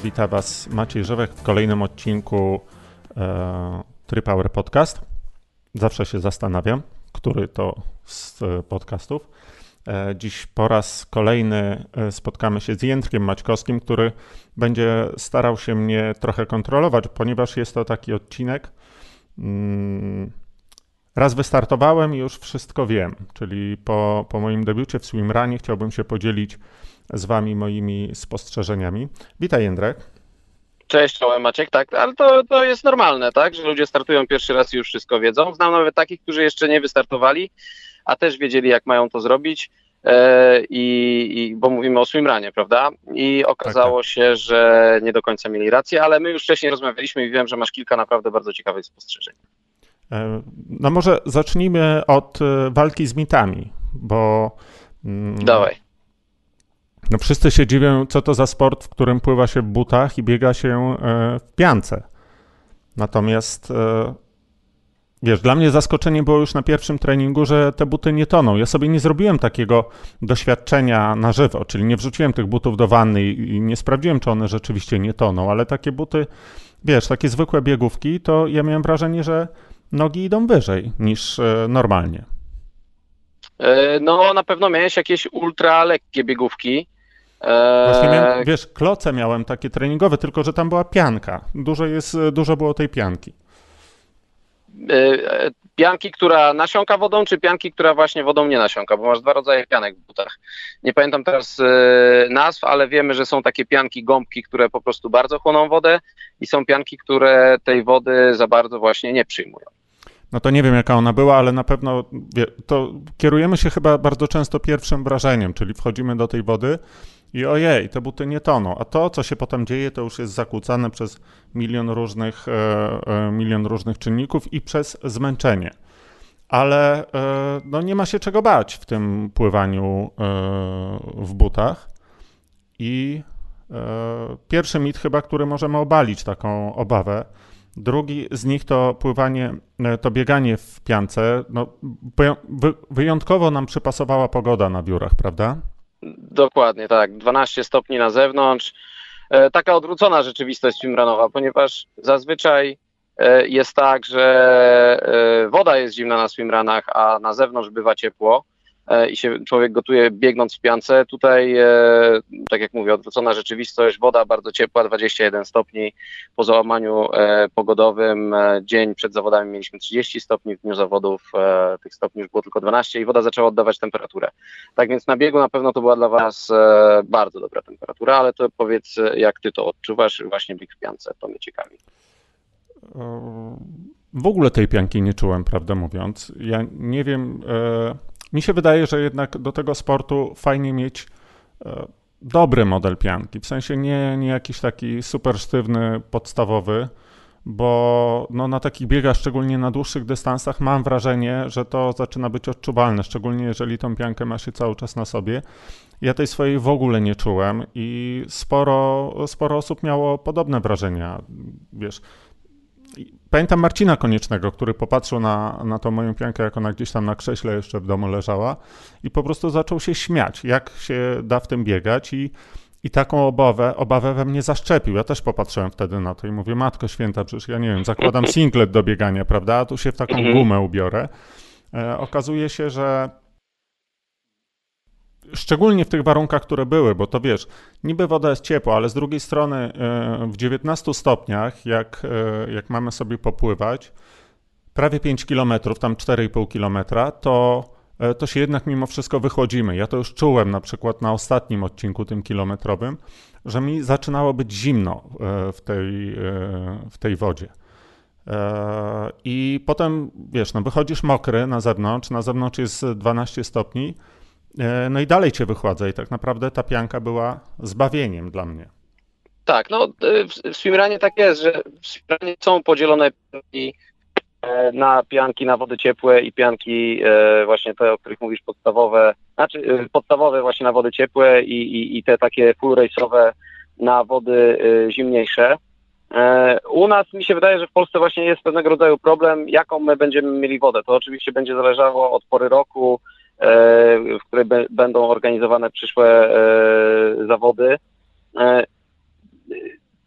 Witam Was Maciej Żywek w kolejnym odcinku Trypower Podcast. Zawsze się zastanawiam, który to z podcastów. Dziś po raz kolejny spotkamy się z Jędrkiem Maćkowskim, który będzie starał się mnie trochę kontrolować, ponieważ jest to taki odcinek. Raz wystartowałem i już wszystko wiem, czyli po moim debiucie w swimrunie chciałbym się podzielić z Wami moimi spostrzeżeniami. Witaj, Jędrek. Cześć, czołem Maciek, tak, ale to jest normalne, tak, że ludzie startują pierwszy raz i już wszystko wiedzą. Znam nawet takich, którzy jeszcze nie wystartowali, a też wiedzieli, jak mają to zrobić, bo mówimy o swimrunie, prawda? I okazało się, że nie do końca mieli rację, ale my już wcześniej rozmawialiśmy i wiem, że masz kilka naprawdę bardzo ciekawych spostrzeżeń. No może zacznijmy od walki z mitami, bo... Dawaj. No wszyscy się dziwią, co to za sport, w którym pływa się w butach i biega się w piance. Natomiast, wiesz, dla mnie zaskoczenie było już na pierwszym treningu, że te buty nie toną. Ja sobie nie zrobiłem takiego doświadczenia na żywo, czyli nie wrzuciłem tych butów do wanny i nie sprawdziłem, czy one rzeczywiście nie toną, ale takie buty, wiesz, takie zwykłe biegówki, to ja miałem wrażenie, że nogi idą wyżej niż normalnie. No na pewno miałeś jakieś ultra lekkie biegówki. Właśnie miałem, wiesz, kloce miałem takie treningowe, tylko że tam była pianka. Dużo było tej pianki. Pianki, która nasiąka wodą, czy pianki, która właśnie wodą nie nasiąka, bo masz dwa rodzaje pianek w butach. Nie pamiętam teraz nazw, ale wiemy, że są takie pianki, gąbki, które po prostu bardzo chłoną wodę i są pianki, które tej wody za bardzo właśnie nie przyjmują. No to nie wiem, jaka ona była, ale na pewno to kierujemy się chyba bardzo często pierwszym wrażeniem, czyli wchodzimy do tej wody i ojej, te buty nie toną, a to, co się potem dzieje, to już jest zakłócane przez milion różnych czynników i przez zmęczenie. Ale no nie ma się czego bać w tym pływaniu w butach i pierwszy mit chyba, który możemy obalić taką obawę. Drugi z nich to pływanie, to bieganie w piance. No, wyjątkowo nam przypasowała pogoda na biurach, prawda? Dokładnie, tak. 12 stopni na zewnątrz. Taka odwrócona rzeczywistość swimrunowa, ponieważ zazwyczaj jest tak, że woda jest zimna na swimrunach, a na zewnątrz bywa ciepło i się człowiek gotuje biegnąc w piance. Tutaj, tak jak mówię, odwrócona rzeczywistość, woda bardzo ciepła, 21 stopni. Po załamaniu pogodowym dzień przed zawodami mieliśmy 30 stopni, w dniu zawodów tych stopni już było tylko 12 i woda zaczęła oddawać temperaturę. Tak więc na biegu na pewno to była dla Was bardzo dobra temperatura, ale to powiedz, jak Ty to odczuwasz, właśnie bieg w piance, to mnie ciekawi. W ogóle tej pianki nie czułem, prawdę mówiąc. Ja nie wiem... Mi się wydaje, że jednak do tego sportu fajnie mieć dobry model pianki, w sensie nie jakiś taki super sztywny, podstawowy, bo no, na takich biegach, szczególnie na dłuższych dystansach, mam wrażenie, że to zaczyna być odczuwalne, szczególnie jeżeli tą piankę ma się cały czas na sobie. Ja tej swojej w ogóle nie czułem i sporo osób miało podobne wrażenia, wiesz. Pamiętam Marcina Koniecznego, który popatrzył na tą moją piankę, jak ona gdzieś tam na krześle jeszcze w domu leżała i po prostu zaczął się śmiać, jak się da w tym biegać i taką obawę we mnie zaszczepił. Ja też popatrzyłem wtedy na to i mówię, Matko Święta, przecież ja nie wiem, zakładam singlet do biegania, prawda, a tu się w taką gumę ubiorę. Okazuje się, że szczególnie w tych warunkach, które były, bo to wiesz, niby woda jest ciepła, ale z drugiej strony w 19 stopniach, jak mamy sobie popływać, prawie 5 km, tam 4,5 km, to się jednak mimo wszystko wychłodzimy. Ja to już czułem na przykład na ostatnim odcinku, tym kilometrowym, że mi zaczynało być zimno w tej wodzie. I potem, wiesz, no wychodzisz mokry na zewnątrz jest 12 stopni, no i dalej cię wychładza i tak naprawdę ta pianka była zbawieniem dla mnie. Tak, no w swimrunie tak jest, że w swimrunie są podzielone pianki na pianki na wody ciepłe i pianki właśnie te, o których mówisz, podstawowe właśnie na wody ciepłe i te takie full race'owe na wody zimniejsze. U nas mi się wydaje, że w Polsce właśnie jest pewnego rodzaju problem, jaką my będziemy mieli wodę. To oczywiście będzie zależało od pory roku, w której będą organizowane przyszłe zawody.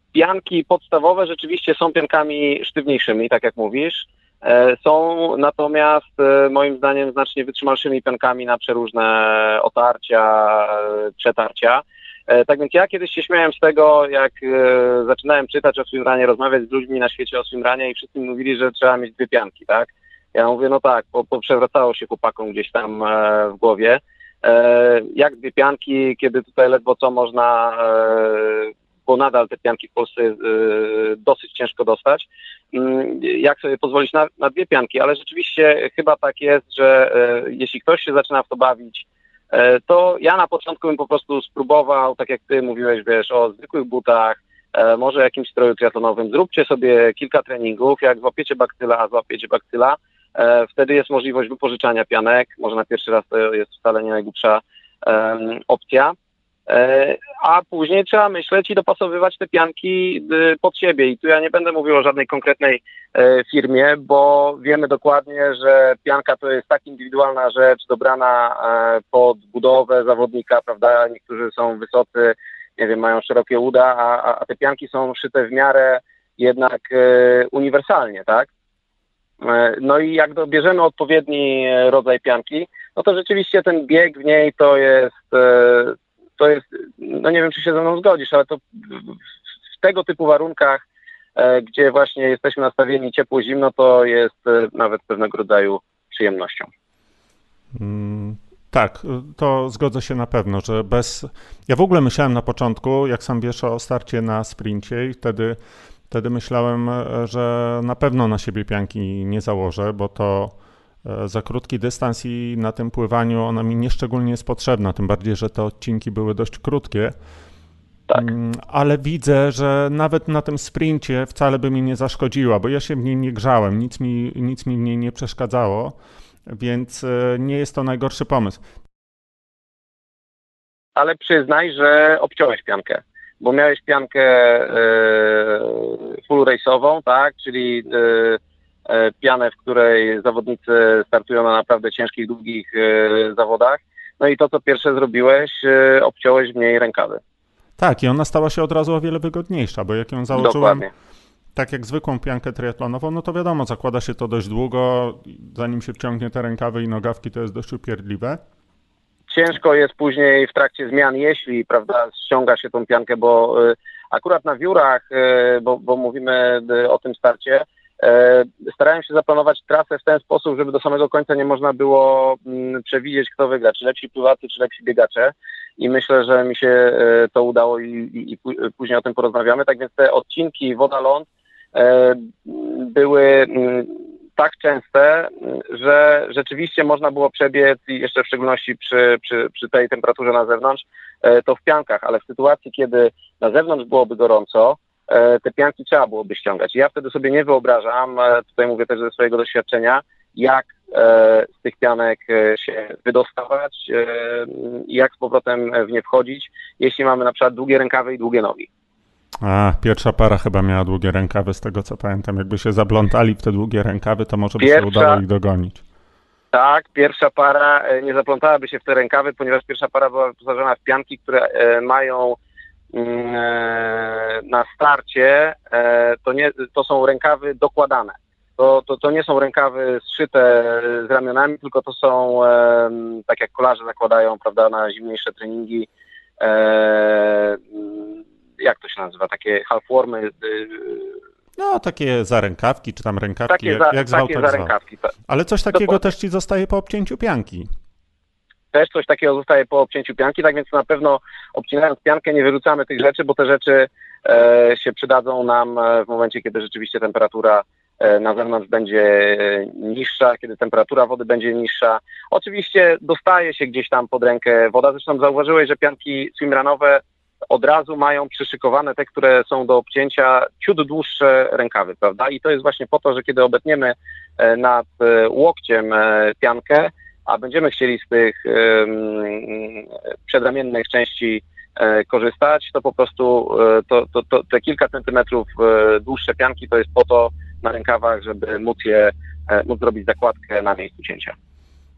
Pianki podstawowe rzeczywiście są piankami sztywniejszymi, tak jak mówisz. Są natomiast moim zdaniem znacznie wytrzymalszymi piankami na przeróżne otarcia, przetarcia. Tak więc ja kiedyś się śmiałem z tego, jak zaczynałem czytać o swimrunie, rozmawiać z ludźmi na świecie o swimrunie i wszyscy mi mówili, że trzeba mieć 2 pianki, tak? Ja mówię, no tak, przewracało się chłopakom gdzieś tam w głowie. Jak 2 pianki, kiedy tutaj ledwo co można, bo nadal te pianki w Polsce dosyć ciężko dostać. Jak sobie pozwolić na 2 pianki, ale rzeczywiście chyba tak jest, że jeśli ktoś się zaczyna w to bawić, to ja na początku bym po prostu spróbował, tak jak ty mówiłeś, wiesz, o zwykłych butach, może jakimś stroju triatlonowym. Zróbcie sobie kilka treningów, jak złapiecie bakcyla, wtedy jest możliwość wypożyczania pianek, może na pierwszy raz to jest wcale nie najgłupsza opcja, a później trzeba myśleć i dopasowywać te pianki pod siebie. I tu ja nie będę mówił o żadnej konkretnej firmie, bo wiemy dokładnie, że pianka to jest tak indywidualna rzecz, dobrana pod budowę zawodnika, prawda? Niektórzy są wysocy, nie wiem, mają szerokie uda, a te pianki są szyte w miarę jednak uniwersalnie, tak? No i jak dobierzemy odpowiedni rodzaj pianki, no to rzeczywiście ten bieg w niej to jest, no nie wiem, czy się ze mną zgodzisz, ale to w tego typu warunkach, gdzie właśnie jesteśmy nastawieni ciepło-zimno, to jest nawet pewnego rodzaju przyjemnością. Tak, to zgodzę się na pewno, że Ja w ogóle myślałem na początku, jak sam wiesz, o starcie na sprincie i wtedy myślałem, że na pewno na siebie pianki nie założę, bo to za krótki dystans i na tym pływaniu ona mi nieszczególnie jest potrzebna, tym bardziej, że te odcinki były dość krótkie. Tak. Ale widzę, że nawet na tym sprincie wcale by mi nie zaszkodziła, bo ja się w niej nie grzałem, nic mi w niej nie przeszkadzało, więc nie jest to najgorszy pomysł. Ale przyznaj, że obciąłeś piankę, bo miałeś piankę full race'ową, tak, czyli pianę, w której zawodnicy startują na naprawdę ciężkich, długich zawodach. No i to, co pierwsze zrobiłeś, obciąłeś w niej rękawy. Tak, i ona stała się od razu o wiele wygodniejsza, bo jak ją założyłem, dokładnie, tak jak zwykłą piankę triatlonową, no to wiadomo, zakłada się to dość długo, zanim się wciągnie te rękawy i nogawki, to jest dość upierdliwe. Ciężko jest później w trakcie zmian, jeśli, prawda, ściąga się tą piankę, bo akurat na wiórach, bo mówimy o tym starcie, starałem się zaplanować trasę w ten sposób, żeby do samego końca nie można było przewidzieć, kto wygra, czy lepsi pływacy, czy lepsi biegacze. I myślę, że mi się to udało i później o tym porozmawiamy. Tak więc te odcinki woda-ląd były tak częste, że rzeczywiście można było przebiec i jeszcze w szczególności przy tej temperaturze na zewnątrz, to w piankach, ale w sytuacji, kiedy na zewnątrz byłoby gorąco, te pianki trzeba byłoby ściągać. Ja wtedy sobie nie wyobrażam, tutaj mówię też ze swojego doświadczenia, jak z tych pianek się wydostawać i jak z powrotem w nie wchodzić, jeśli mamy na przykład długie rękawy i długie nogi. Pierwsza para chyba miała długie rękawy, z tego co pamiętam. Jakby się zaplątali w te długie rękawy, to może by się udało ich dogonić. Tak, pierwsza para nie zaplątałaby się w te rękawy, ponieważ pierwsza para była wyposażona w pianki, które mają na starcie, to są rękawy dokładane. To nie są rękawy zszyte z ramionami, tylko to są, tak jak kolarze zakładają, prawda, na zimniejsze treningi, jak to się nazywa, takie half-warmy. No, takie zarękawki, czy tam rękawki, jak zwał, takie tak zarękawki. Zwał. Ale coś takiego dokładnie też ci zostaje po obcięciu pianki. Też coś takiego zostaje po obcięciu pianki, tak więc na pewno obcinając piankę nie wyrzucamy tych rzeczy, bo te rzeczy się przydadzą nam w momencie, kiedy rzeczywiście temperatura na zewnątrz będzie niższa, kiedy temperatura wody będzie niższa. Oczywiście dostaje się gdzieś tam pod rękę woda, zresztą zauważyłeś, że pianki swimrunowe od razu mają przyszykowane te, które są do obcięcia, ciut dłuższe rękawy, prawda? I to jest właśnie po to, że kiedy obetniemy nad łokciem piankę, a będziemy chcieli z tych przedramiennych części korzystać, to po prostu te kilka centymetrów dłuższe pianki to jest po to na rękawach, żeby móc zrobić zakładkę na miejscu cięcia.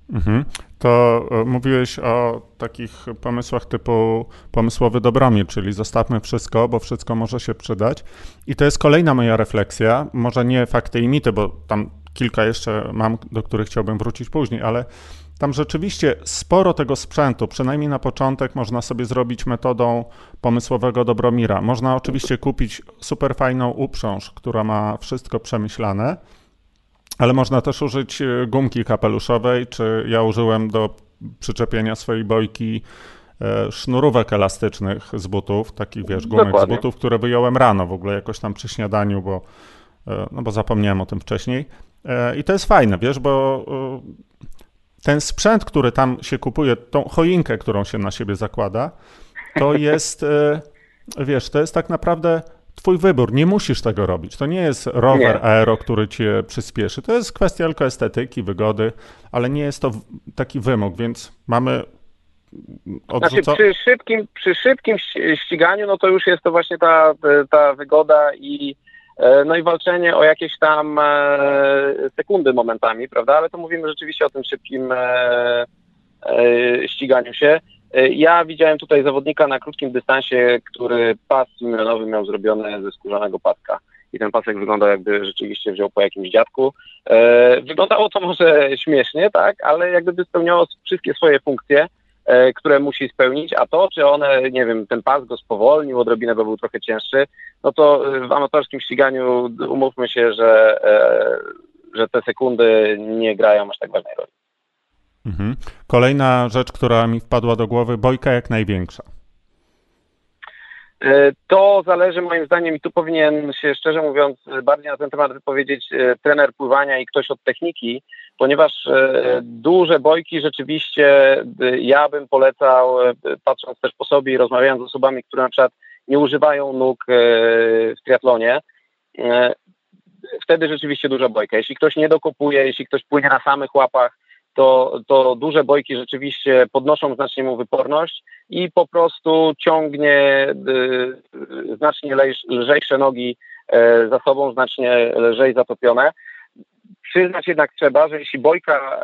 Mhm. To mówiłeś o takich pomysłach typu pomysłowy Dobromir, czyli zostawmy wszystko, bo wszystko może się przydać. I to jest kolejna moja refleksja, może nie fakty i mity, bo tam kilka jeszcze mam, do których chciałbym wrócić później, ale tam rzeczywiście sporo tego sprzętu, przynajmniej na początek, można sobie zrobić metodą pomysłowego Dobromira. Można oczywiście kupić super fajną uprząż, która ma wszystko przemyślane, ale można też użyć gumki kapeluszowej, czy ja użyłem do przyczepienia swojej bojki sznurówek elastycznych z butów, takich wiesz, gumek z Dokładnie. butów, które wyjąłem rano w ogóle jakoś tam przy śniadaniu, no bo zapomniałem o tym wcześniej. I to jest fajne, wiesz, bo ten sprzęt, który tam się kupuje, tą choinkę, którą się na siebie zakłada, to jest, wiesz, to jest tak naprawdę twój wybór. Nie musisz tego robić. To nie jest rower Nie. aero, który cię przyspieszy. To jest kwestia tylko estetyki, wygody, ale nie jest to taki wymóg, więc mamy Znaczy odrzucone. przy szybkim ściganiu, no to już jest to właśnie ta wygoda i no i walczenie o jakieś tam sekundy momentami, prawda? Ale to mówimy rzeczywiście o tym szybkim ściganiu się. Ja widziałem tutaj zawodnika na krótkim dystansie, który pas swimranowy miał zrobiony ze skórzanego paska. I ten pasek wyglądał, jakby rzeczywiście wziął po jakimś dziadku. Wyglądało to może śmiesznie, tak, ale jak gdyby spełniało wszystkie swoje funkcje, które musi spełnić, a to, czy one, nie wiem, ten pas go spowolnił odrobinę, bo był trochę cięższy, no to w amatorskim ściganiu umówmy się, że te sekundy nie grają aż tak ważnej roli. Mhm. Kolejna rzecz, która mi wpadła do głowy, bojka jak największa. To zależy moim zdaniem i tu powinien się szczerze mówiąc bardziej na ten temat wypowiedzieć trener pływania i ktoś od techniki, ponieważ duże bojki rzeczywiście ja bym polecał, patrząc też po sobie i rozmawiając z osobami, które na przykład nie używają nóg w triatlonie, wtedy rzeczywiście duża bojka. Jeśli ktoś nie dokopuje, jeśli ktoś płynie na samych łapach, to duże bojki rzeczywiście podnoszą znacznie mu wyporność i po prostu ciągnie znacznie lżejsze nogi za sobą, znacznie lżej zatopione. Przyznać jednak trzeba, że jeśli bojka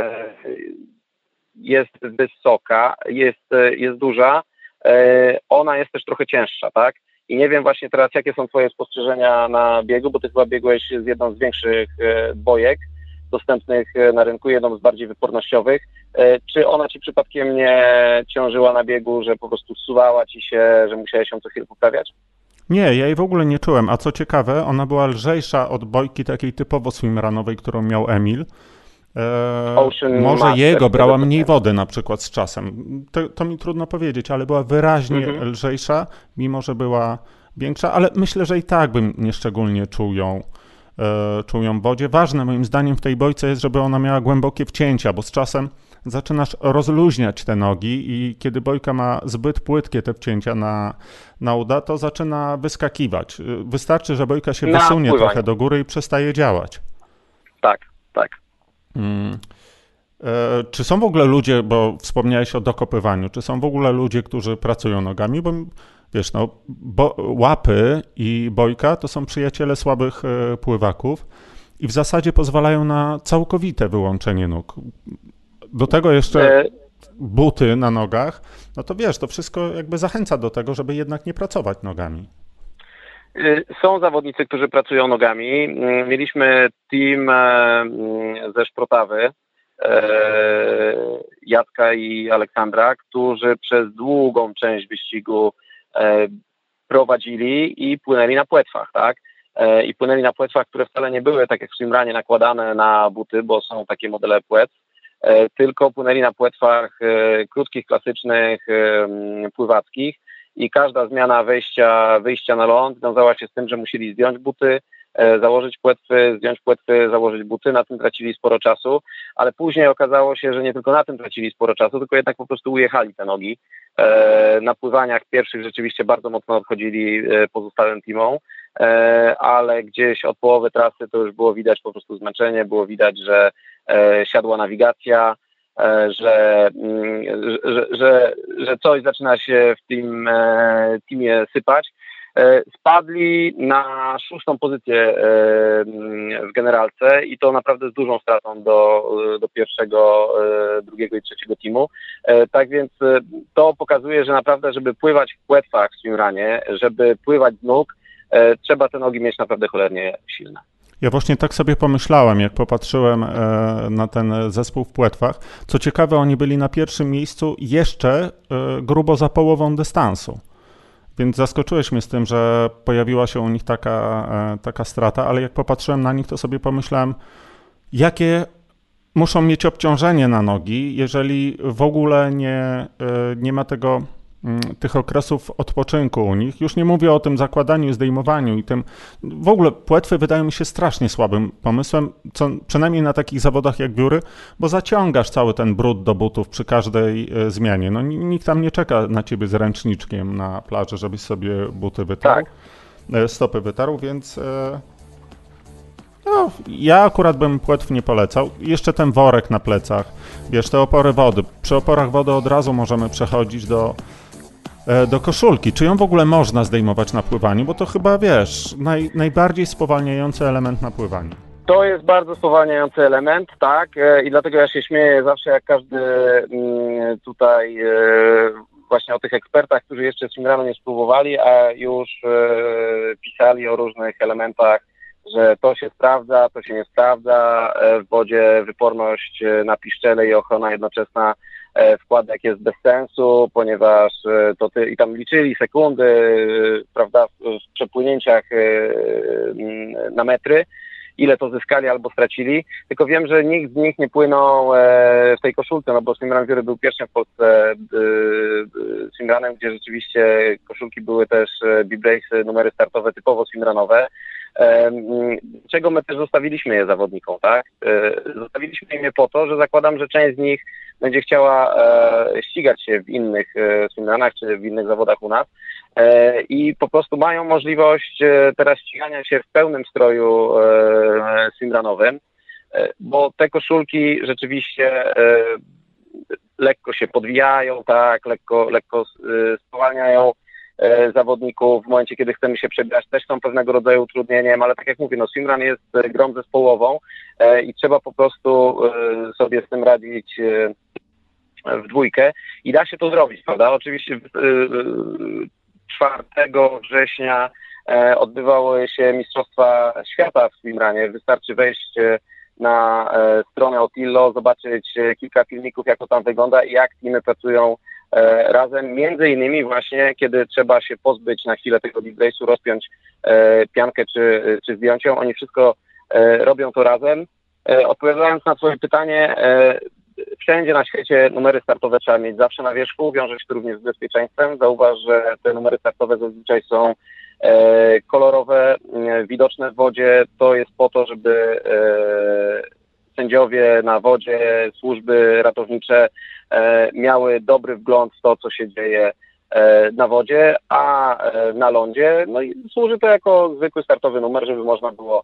jest wysoka, jest duża, ona jest też trochę cięższa, tak? I nie wiem właśnie teraz, jakie są twoje spostrzeżenia na biegu, bo ty chyba biegłeś z jedną z większych bojek dostępnych na rynku, jedną z bardziej wypornościowych. Czy ona ci przypadkiem nie ciążyła na biegu, że po prostu zsuwała ci się, że musiałeś ją co chwilę poprawiać? Nie, ja jej w ogóle nie czułem, a co ciekawe, ona była lżejsza od bojki takiej typowo swimranowej, którą miał Emil. Ocean Może Master, jego z tego brała co mniej wiem. wody na przykład z czasem. To mi trudno powiedzieć, ale była wyraźnie Mhm. lżejsza, mimo że była większa, ale myślę, że i tak bym nieszczególnie czuł ją w wodzie. Ważne moim zdaniem w tej bojce jest, żeby ona miała głębokie wcięcia, bo z czasem zaczynasz rozluźniać te nogi i kiedy bojka ma zbyt płytkie te wcięcia na uda, to zaczyna wyskakiwać. Wystarczy, że bojka się Na wysunie trochę pływaniu. do góry i przestaje działać. Tak, tak. Mm. Czy są w ogóle ludzie, bo wspomniałeś o dokopywaniu, czy są w ogóle ludzie, którzy pracują nogami? Bo wiesz, no, łapy i bojka to są przyjaciele słabych pływaków i w zasadzie pozwalają na całkowite wyłączenie nóg. Do tego jeszcze E, buty na nogach, no to wiesz, to wszystko jakby zachęca do tego, żeby jednak nie pracować nogami. Są zawodnicy, którzy pracują nogami. Mieliśmy team ze Szprotawy, Jacka i Aleksandra, którzy przez długą część wyścigu e, prowadzili i płynęli na płetwach, tak? I płynęli na płetwach, które wcale nie były, tak jak w swimranie, nakładane na buty, bo są takie modele płetw, tylko płynęli na płetwach krótkich, klasycznych, pływackich i każda zmiana wyjścia na ląd wiązała się z tym, że musieli zdjąć buty, założyć płetwy, zdjąć płetwy, założyć buty, na tym tracili sporo czasu, ale później okazało się, że nie tylko na tym tracili sporo czasu, tylko jednak po prostu ujechali te nogi. Na pływaniach pierwszych rzeczywiście bardzo mocno odchodzili pozostałym teamom, ale gdzieś od połowy trasy to już było widać po prostu zmęczenie, było widać, że siadła nawigacja, że coś zaczyna się w tym teamie sypać. Spadli na 6. pozycję w generalce i to naprawdę z dużą stratą do pierwszego, drugiego i trzeciego teamu. Tak więc to pokazuje, że naprawdę, żeby pływać w płetwach w swimrunie, żeby pływać z nóg, trzeba te nogi mieć naprawdę cholernie silne. Ja właśnie tak sobie pomyślałem, jak popatrzyłem na ten zespół w płetwach. Co ciekawe, oni byli na pierwszym miejscu jeszcze grubo za połową dystansu. Więc zaskoczyłeś mnie z tym, że pojawiła się u nich taka strata, ale jak popatrzyłem na nich, to sobie pomyślałem, jakie muszą mieć obciążenie na nogi, jeżeli w ogóle nie ma tych okresów odpoczynku u nich. Już nie mówię o tym zakładaniu, zdejmowaniu i tym. W ogóle płetwy wydają mi się strasznie słabym pomysłem, przynajmniej na takich zawodach jak wióry, bo zaciągasz cały ten brud do butów przy każdej zmianie. No, nikt tam nie czeka na ciebie z ręczniczkiem na plaży, żebyś sobie buty wytarł, stopy wytarł, więc no, ja akurat bym płetw nie polecał. Jeszcze ten worek na plecach, wiesz, te opory wody. Przy oporach wody od razu możemy przechodzić do koszulki. Czy ją w ogóle można zdejmować na pływaniu? Bo to chyba, wiesz, najbardziej spowalniający element na pływaniu. To jest bardzo spowalniający element, tak, i dlatego ja się śmieję zawsze, jak każdy tutaj właśnie o tych ekspertach, którzy jeszcze swimrunu nie spróbowali, a już pisali o różnych elementach, że to się sprawdza, to się nie sprawdza, w wodzie wyporność na piszczele i ochrona jednoczesna wkładek jest bez sensu, ponieważ i tam liczyli sekundy, prawda, w przepłynięciach na metry, ile to zyskali albo stracili, tylko wiem, że nikt z nich nie płynął w tej koszulce, no bo swimrun Wióry był pierwszym w Polsce swimrunem, gdzie rzeczywiście koszulki były też B-Brace, numery startowe typowo swimrunowe, czego my też zostawiliśmy je zawodnikom, tak? Zostawiliśmy im je po to, że zakładam, że część z nich będzie chciała ścigać się w innych swimrunach czy w innych zawodach u nas i po prostu mają możliwość teraz ścigania się w pełnym stroju swimrunowym, bo te koszulki rzeczywiście lekko się podwijają, tak, lekko spowalniają zawodników w momencie, kiedy chcemy się przebierać, też są pewnego rodzaju utrudnieniem, ale tak jak mówię, no swimrun jest grą zespołową i trzeba po prostu sobie z tym radzić w dwójkę i da się to zrobić, prawda? Oczywiście 4 września odbywały się Mistrzostwa Świata w swimrunie. Wystarczy wejść na stronę Otillo, zobaczyć kilka filmików, jak to tam wygląda i jak teamy pracują razem, między innymi właśnie, kiedy trzeba się pozbyć na chwilę tego B-Brace'u, rozpiąć piankę czy zdjąć ją, oni wszystko robią to razem. Odpowiadając na twoje pytanie, wszędzie na świecie numery startowe trzeba mieć zawsze na wierzchu, wiąże się to również z bezpieczeństwem. Zauważ, że te numery startowe zazwyczaj są kolorowe, widoczne w wodzie. To jest po to, żeby sędziowie na wodzie, służby ratownicze miały dobry wgląd w to, co się dzieje na wodzie, a na lądzie no i służy to jako zwykły startowy numer, żeby można było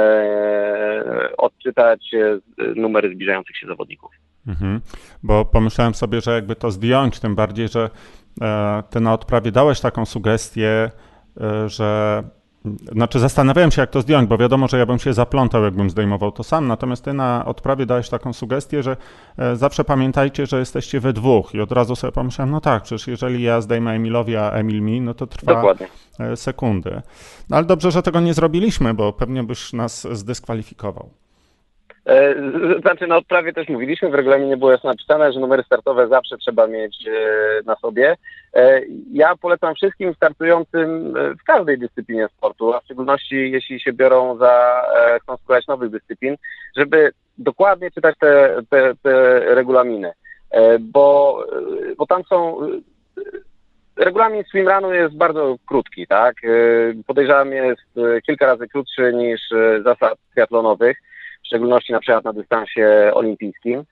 odczytać numery zbliżających się zawodników. Bo pomyślałem sobie, że jakby to zdjąć, tym bardziej, że ty na odprawie dałeś taką sugestię, że znaczy zastanawiałem się, jak to zdjąć, bo wiadomo, że ja bym się zaplątał, jakbym zdejmował to sam, natomiast ty na odprawie dałeś taką sugestię, że zawsze pamiętajcie, że jesteście we dwóch i od razu sobie pomyślałem, no tak, przecież jeżeli ja zdejmę Emilowi, a Emil mi, no to trwa Dokładnie. Sekundy. No ale dobrze, że tego nie zrobiliśmy, bo pewnie byś nas zdyskwalifikował. Znaczy na odprawie też mówiliśmy, w regulaminie było jasno napisane, że numery startowe zawsze trzeba mieć na sobie. Ja polecam wszystkim startującym w każdej dyscyplinie sportu, a w szczególności jeśli się biorą chcą spróbować nowych dyscyplin, żeby dokładnie czytać te regulaminy, bo tam są... Regulamin swimrunu jest bardzo krótki, tak? Podejrzewam, jest kilka razy krótszy niż zasad triatlonowych, w szczególności na przykład na dystansie olimpijskim,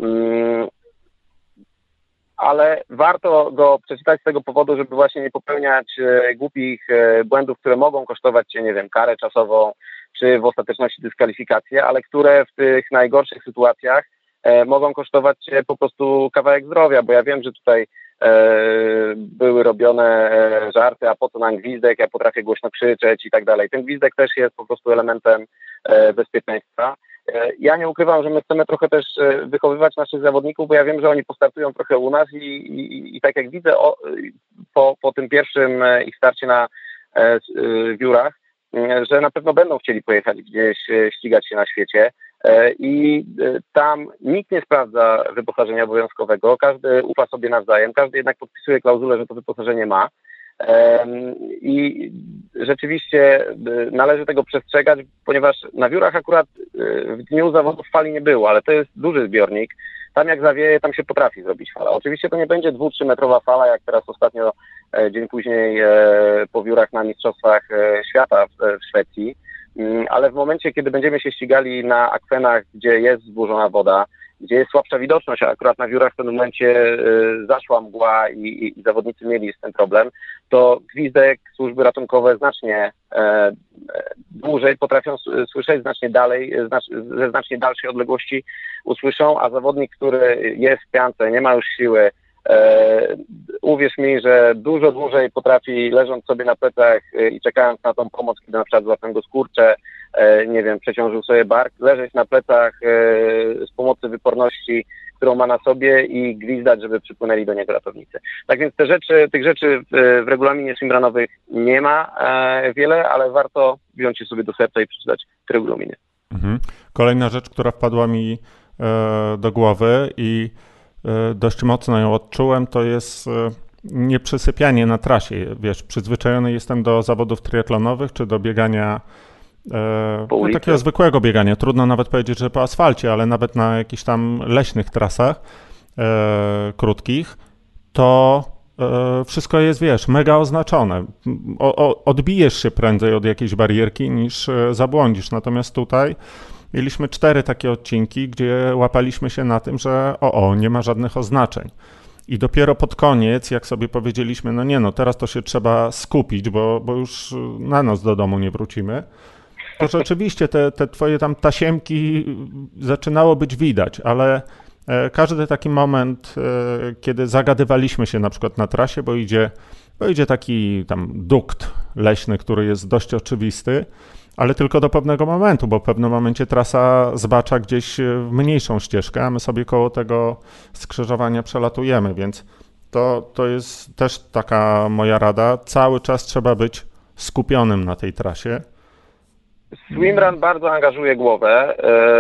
ale warto go przeczytać z tego powodu, żeby właśnie nie popełniać głupich błędów, które mogą kosztować cię, nie wiem, karę czasową, czy w ostateczności dyskwalifikację, ale które w tych najgorszych sytuacjach mogą kosztować cię po prostu kawałek zdrowia, bo ja wiem, że tutaj były robione żarty, a po co nam gwizdek, ja potrafię głośno krzyczeć i tak dalej. Ten gwizdek też jest po prostu elementem bezpieczeństwa. Ja nie ukrywam, że my chcemy trochę też wychowywać naszych zawodników, bo ja wiem, że oni postartują trochę u nas i tak jak widzę po tym pierwszym ich starcie na wiórach, że na pewno będą chcieli pojechać gdzieś, ścigać się na świecie i tam nikt nie sprawdza wyposażenia obowiązkowego, każdy ufa sobie nawzajem, każdy jednak podpisuje klauzulę, że to wyposażenie ma. I rzeczywiście należy tego przestrzegać, ponieważ na wiórach akurat w dniu zawodów fali nie było, ale to jest duży zbiornik. Tam jak zawieje, tam się potrafi zrobić fala. Oczywiście to nie będzie 2-3 metrowa fala, jak teraz ostatnio dzień później po wiórach na Mistrzostwach Świata w Szwecji, ale w momencie, kiedy będziemy się ścigali na akwenach, gdzie jest wzburzona woda, gdzie jest słabsza widoczność, a akurat na wiórach w tym momencie zaszła mgła i zawodnicy mieli z tym problem, to gwizdek służby ratunkowe znacznie dłużej potrafią słyszeć, znacznie dalej, ze znacznie dalszej odległości usłyszą, a zawodnik, który jest w piance, nie ma już siły, uwierz mi, że dużo dłużej potrafi, leżąc sobie na plecach i czekając na tą pomoc, kiedy na przykład złapę go skurcze, nie wiem, przeciążył sobie bark, leżeć na plecach z pomocy wyporności, którą ma na sobie i gwizdać, żeby przypłynęli do niego ratownicy. Tak więc tych rzeczy w regulaminie swimrunowych nie ma wiele, ale warto wziąć je sobie do serca i przeczytać w regulaminie. Kolejna rzecz, która wpadła mi do głowy i dość mocno ją odczułem, to jest nieprzysypianie na trasie. Wiesz, przyzwyczajony jestem do zawodów triatlonowych czy do biegania, takiego zwykłego biegania. Trudno nawet powiedzieć, że po asfalcie, ale nawet na jakichś tam leśnych trasach krótkich, to wszystko jest, wiesz, mega oznaczone. Odbijesz się prędzej od jakiejś barierki niż zabłądzisz. Natomiast tutaj mieliśmy 4 takie odcinki, gdzie łapaliśmy się na tym, że nie ma żadnych oznaczeń. I dopiero pod koniec, jak sobie powiedzieliśmy, teraz to się trzeba skupić, bo już na noc do domu nie wrócimy, to rzeczywiście te twoje tam tasiemki zaczynało być widać, ale każdy taki moment, kiedy zagadywaliśmy się na przykład na trasie, bo idzie taki tam dukt leśny, który jest dość oczywisty, ale tylko do pewnego momentu, bo w pewnym momencie trasa zbacza gdzieś w mniejszą ścieżkę, a my sobie koło tego skrzyżowania przelatujemy, więc to jest też taka moja rada. Cały czas trzeba być skupionym na tej trasie. Swimrun bardzo angażuje głowę,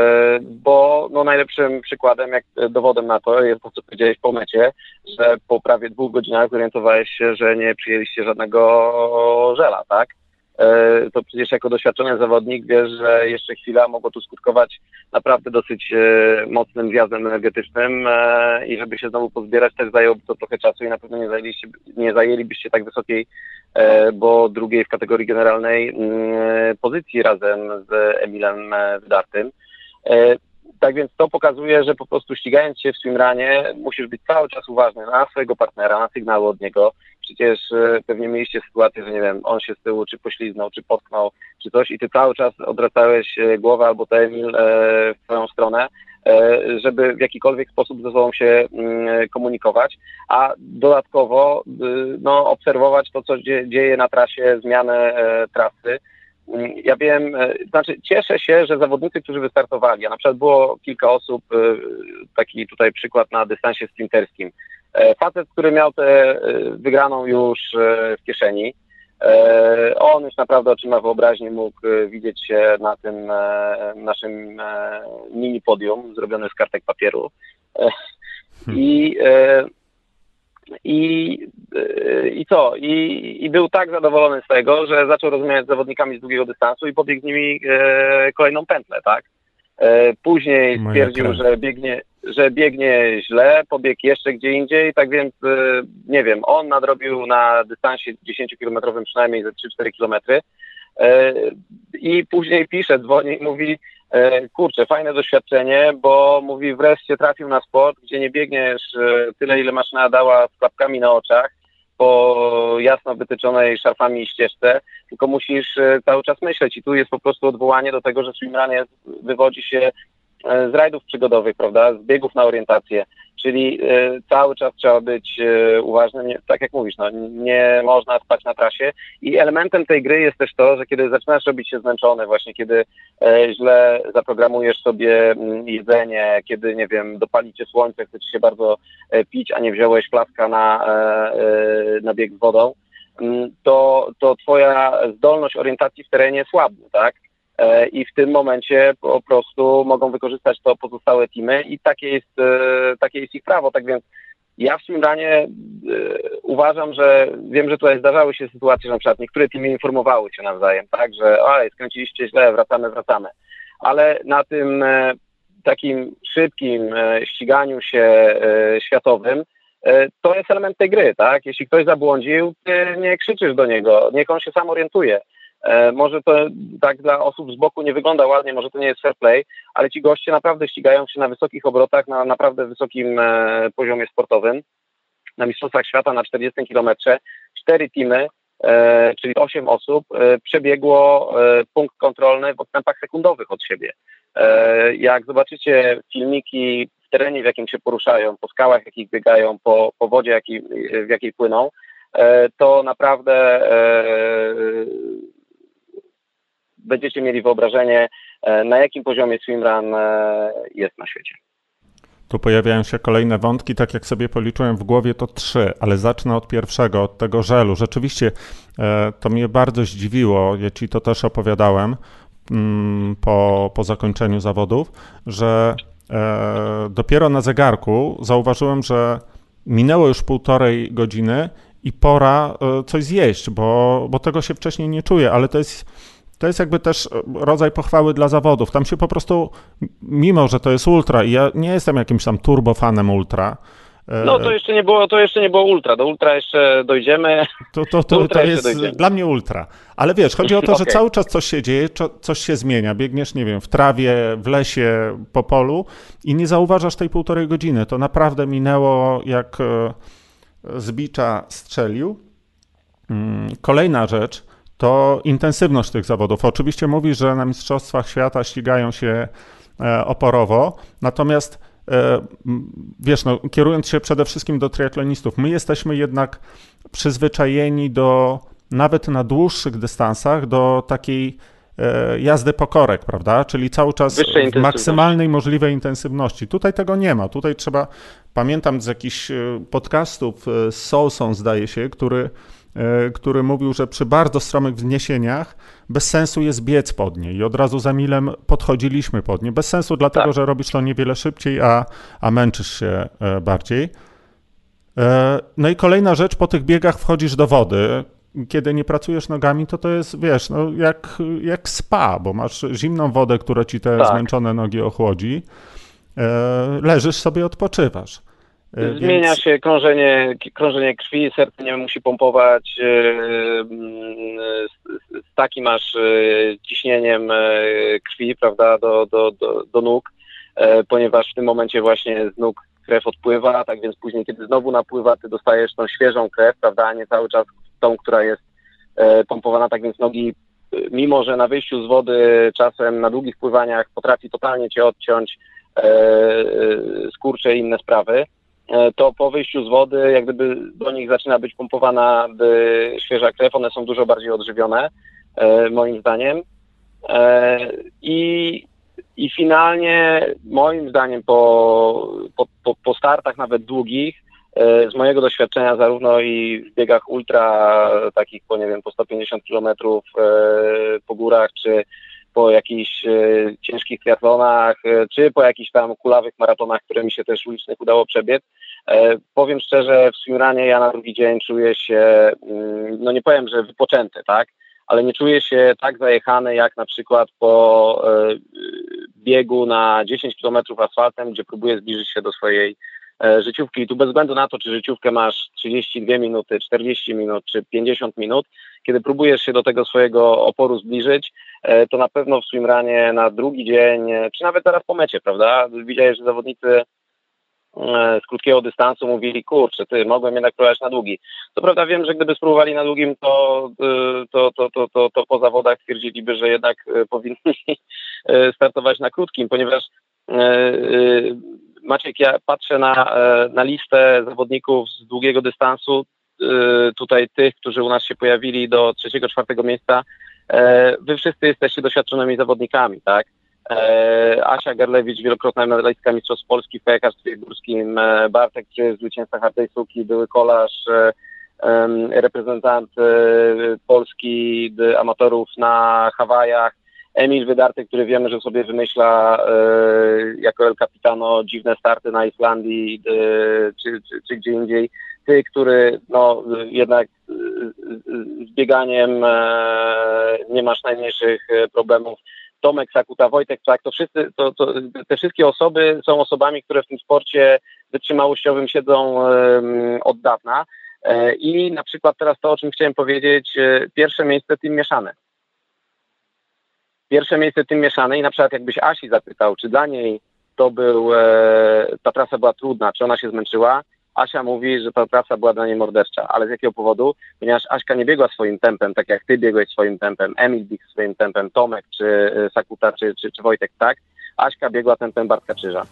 bo najlepszym przykładem, jak dowodem na to jest to, co powiedziałeś po mecie, że po prawie 2 godzinach zorientowałeś się, że nie przyjęliście żadnego żela, tak? To przecież jako doświadczony zawodnik wiesz, że jeszcze chwila mogło tu skutkować naprawdę dosyć mocnym wjazdem energetycznym i żeby się znowu pozbierać, też zajęłoby to trochę czasu i na pewno nie zajęlibyście tak wysokiej, bo drugiej w kategorii generalnej pozycji razem z Emilem Wydartym. Tak więc to pokazuje, że po prostu ścigając się w swimrunie musisz być cały czas uważny na swojego partnera, na sygnały od niego. Przecież pewnie mieliście sytuację, że nie wiem, on się z tyłu czy pośliznął, czy potknął, czy coś i ty cały czas odwracałeś głowę albo to Emil w twoją stronę, żeby w jakikolwiek sposób ze sobą się komunikować, a dodatkowo obserwować to, co dzieje na trasie, zmianę trasy. Ja wiem, cieszę się, że zawodnicy, którzy wystartowali, a na przykład było kilka osób, taki tutaj przykład na dystansie sprinterskim. Facet, który miał tę wygraną już w kieszeni, on już naprawdę oczyma wyobraźni mógł widzieć się na tym naszym mini podium zrobione z kartek papieru. I był tak zadowolony z tego, że zaczął rozmawiać z zawodnikami z długiego dystansu i pobiegł z nimi kolejną pętlę, tak? Później stwierdził, że biegnie źle, pobiegł jeszcze gdzie indziej, tak więc nie wiem, on nadrobił na dystansie 10-kilometrowym przynajmniej ze 3-4 kilometry i później dzwoni i mówi: kurczę, fajne doświadczenie, bo mówi, wreszcie trafił na sport, gdzie nie biegniesz tyle, ile maszyna dała z klapkami na oczach po jasno wytyczonej szarfami ścieżce, tylko musisz cały czas myśleć i tu jest po prostu odwołanie do tego, że swimrun wywodzi się z rajdów przygodowych, prawda, z biegów na orientację, czyli cały czas trzeba być uważnym, tak jak mówisz, no, nie można spać na trasie i elementem tej gry jest też to, że kiedy zaczynasz robić się zmęczony, właśnie kiedy źle zaprogramujesz sobie jedzenie, kiedy, nie wiem, dopali cię słońce, chce ci się bardzo pić, a nie wziąłeś flaska na bieg z wodą, to twoja zdolność orientacji w terenie słabnie, tak? I w tym momencie po prostu mogą wykorzystać to pozostałe teamy i takie jest ich prawo. Tak więc ja w swimrunie uważam, że wiem, że tutaj zdarzały się sytuacje, że na przykład niektóre teamy informowały się nawzajem, tak, że skręciliście źle, wracamy. Ale na tym takim szybkim ściganiu się światowym to jest element tej gry, tak? Jeśli ktoś zabłądził, ty nie krzyczysz do niego, niech on się sam orientuje. Może to tak dla osób z boku nie wygląda ładnie, może to nie jest fair play, ale ci goście naprawdę ścigają się na wysokich obrotach, na naprawdę wysokim poziomie sportowym. Na Mistrzostwach Świata na 40 kilometrze 4 teamy, czyli 8 osób, przebiegło punkt kontrolny w odstępach sekundowych od siebie. Jak zobaczycie filmiki w terenie, w jakim się poruszają, po skałach, w jakich biegają, po wodzie, w jakiej płyną, to naprawdę będziecie mieli wyobrażenie, na jakim poziomie swimrun jest na świecie. Tu pojawiają się kolejne wątki, tak jak sobie policzyłem w głowie, to 3, ale zacznę od pierwszego, od tego żelu. Rzeczywiście to mnie bardzo zdziwiło, ja ci to też opowiadałem po zakończeniu zawodów, że dopiero na zegarku zauważyłem, że minęło już 1,5 godziny i pora coś zjeść, bo tego się wcześniej nie czuję, ale to jest jakby też rodzaj pochwały dla zawodów. Tam się po prostu, mimo że to jest ultra i ja nie jestem jakimś tam turbofanem ultra. No to jeszcze nie było ultra. Do ultra jeszcze dojdziemy. To jest dla mnie ultra. Ale wiesz, chodzi o to, że cały czas coś się dzieje, coś się zmienia. Biegniesz, nie wiem, w trawie, w lesie, po polu i nie zauważasz tej 1,5 godziny. To naprawdę minęło jak z bicza strzelił. Kolejna rzecz to intensywność tych zawodów. Oczywiście mówisz, że na Mistrzostwach Świata ścigają się oporowo, natomiast wiesz, no, kierując się przede wszystkim do triatlonistów, my jesteśmy jednak przyzwyczajeni nawet na dłuższych dystansach, do takiej jazdy po korek, prawda? Czyli cały czas w maksymalnej możliwej intensywności. Tutaj tego nie ma. Tutaj trzeba, pamiętam z jakichś podcastów z Soulsą, zdaje się, który mówił, że przy bardzo stromych wzniesieniach bez sensu jest biec pod nie i od razu za milem podchodziliśmy pod nie. Bez sensu dlatego, że robisz to niewiele szybciej, a męczysz się bardziej. No i kolejna rzecz, po tych biegach wchodzisz do wody. Kiedy nie pracujesz nogami, to jest, wiesz, no jak spa, bo masz zimną wodę, która ci te zmęczone nogi ochłodzi. Leżysz sobie, odpoczywasz. Zmienia się krążenie krwi, serce nie musi pompować z takim aż ciśnieniem krwi, prawda, do nóg, ponieważ w tym momencie właśnie z nóg krew odpływa, tak więc później, kiedy znowu napływa, ty dostajesz tą świeżą krew, prawda, a nie cały czas tą, która jest pompowana, tak więc nogi, mimo że na wyjściu z wody czasem na długich pływaniach potrafi totalnie cię odciąć skurcze i inne sprawy, to po wyjściu z wody jak gdyby do nich zaczyna być pompowana świeża krew, one są dużo bardziej odżywione, moim zdaniem. I finalnie, moim zdaniem, po startach nawet długich, z mojego doświadczenia zarówno i w biegach ultra, takich po 150 km po górach, czy po jakichś ciężkich triatlonach, czy po jakichś tam kulawych maratonach, które mi się też ulicznych udało przebiec. Powiem szczerze, w swimrunie ja na drugi dzień czuję się, no nie powiem, że wypoczęty, tak, ale nie czuję się tak zajechany jak na przykład po biegu na 10 km asfaltem, gdzie próbuję zbliżyć się do swojej życiówki. I tu bez względu na to, czy życiówkę masz 32 minuty, 40 minut, czy 50 minut, kiedy próbujesz się do tego swojego oporu zbliżyć, to na pewno w swimrunie na drugi dzień, czy nawet zaraz po mecie, prawda, widziałeś, że zawodnicy z krótkiego dystansu mówili, kurczę, mogłem jednak próbować na długi. Co prawda wiem, że gdyby spróbowali na długim, to po zawodach stwierdziliby, że jednak powinni startować na krótkim, ponieważ Maciek, ja patrzę na listę zawodników z długiego dystansu, tutaj tych, którzy u nas się pojawili do 3., 4. miejsca. Wy wszyscy jesteście doświadczonymi zawodnikami, tak? Asia Garlewicz, wielokrotna medalistka Mistrzostw Polski w kajakarstwie górskim, Bartek Czyż, zwycięzca Hardej Suki, były kolarz, reprezentant Polski amatorów na Hawajach, Emil Wydarty, który wiemy, że sobie wymyśla jako El Capitano dziwne starty na Islandii czy gdzie indziej. Ty, który no, jednak z bieganiem nie masz najmniejszych problemów. Tomek Sakuta, Wojtek Czak, te wszystkie osoby są osobami, które w tym sporcie wytrzymałościowym siedzą od dawna. I na przykład teraz to, o czym chciałem powiedzieć, pierwsze miejsce team mieszane. Pierwsze miejsce team mieszane i na przykład jakbyś Asi zapytał, czy dla niej ta trasa była trudna, czy ona się zmęczyła, Asia mówi, że ta trasa była dla niej mordercza, ale z jakiego powodu? Ponieważ Aśka nie biegła swoim tempem, tak jak ty biegłeś swoim tempem, Emil biegł swoim tempem, Tomek, czy Sakuta, czy Wojtek, tak? Aśka biegła tempem Bartka Czyża.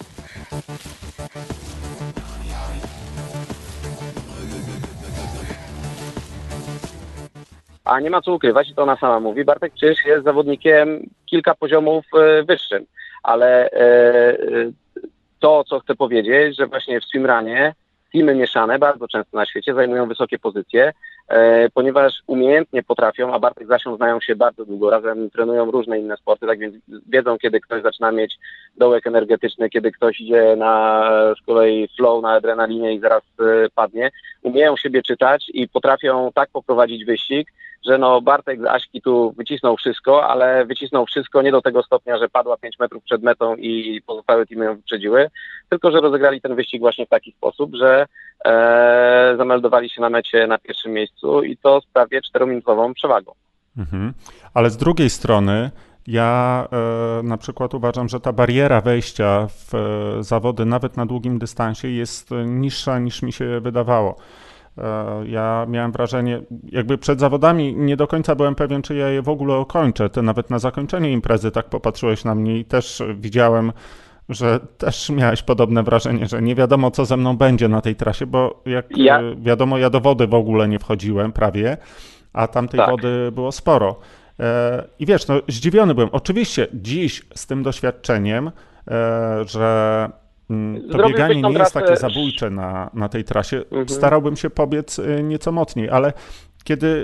A nie ma co ukrywać, i to ona sama mówi, Bartek Czyż jest zawodnikiem kilka poziomów wyższym, ale to, co chcę powiedzieć, że właśnie w swimrunie teamy mieszane bardzo często na świecie zajmują wysokie pozycje, ponieważ umiejętnie potrafią, a Bartek z Asią znają się bardzo długo, razem trenują różne inne sporty, tak więc wiedzą, kiedy ktoś zaczyna mieć dołek energetyczny, kiedy ktoś idzie z kolei flow na adrenalinie i zaraz padnie. Umieją siebie czytać i potrafią tak poprowadzić wyścig, że no Bartek z Aśki tu wycisnął wszystko, ale wycisnął wszystko nie do tego stopnia, że padła 5 metrów przed metą i pozostałe teamy ją wyprzedziły, tylko że rozegrali ten wyścig właśnie w taki sposób, że zameldowali się na mecie na pierwszym miejscu i to z prawie 4-minutową przewagą. Mhm. Ale z drugiej strony ja na przykład uważam, że ta bariera wejścia w zawody nawet na długim dystansie jest niższa niż mi się wydawało. Ja miałem wrażenie, jakby przed zawodami nie do końca byłem pewien, czy ja je w ogóle ukończę. Ty nawet na zakończenie imprezy tak popatrzyłeś na mnie i też widziałem, że też miałeś podobne wrażenie, że nie wiadomo, co ze mną będzie na tej trasie, bo jak wiadomo, ja do wody w ogóle nie wchodziłem prawie, a tamtej wody było sporo. I wiesz, no zdziwiony byłem. Oczywiście dziś z tym doświadczeniem, że to bieganie nie jest takie zabójcze na tej trasie, starałbym się pobiec nieco mocniej, ale kiedy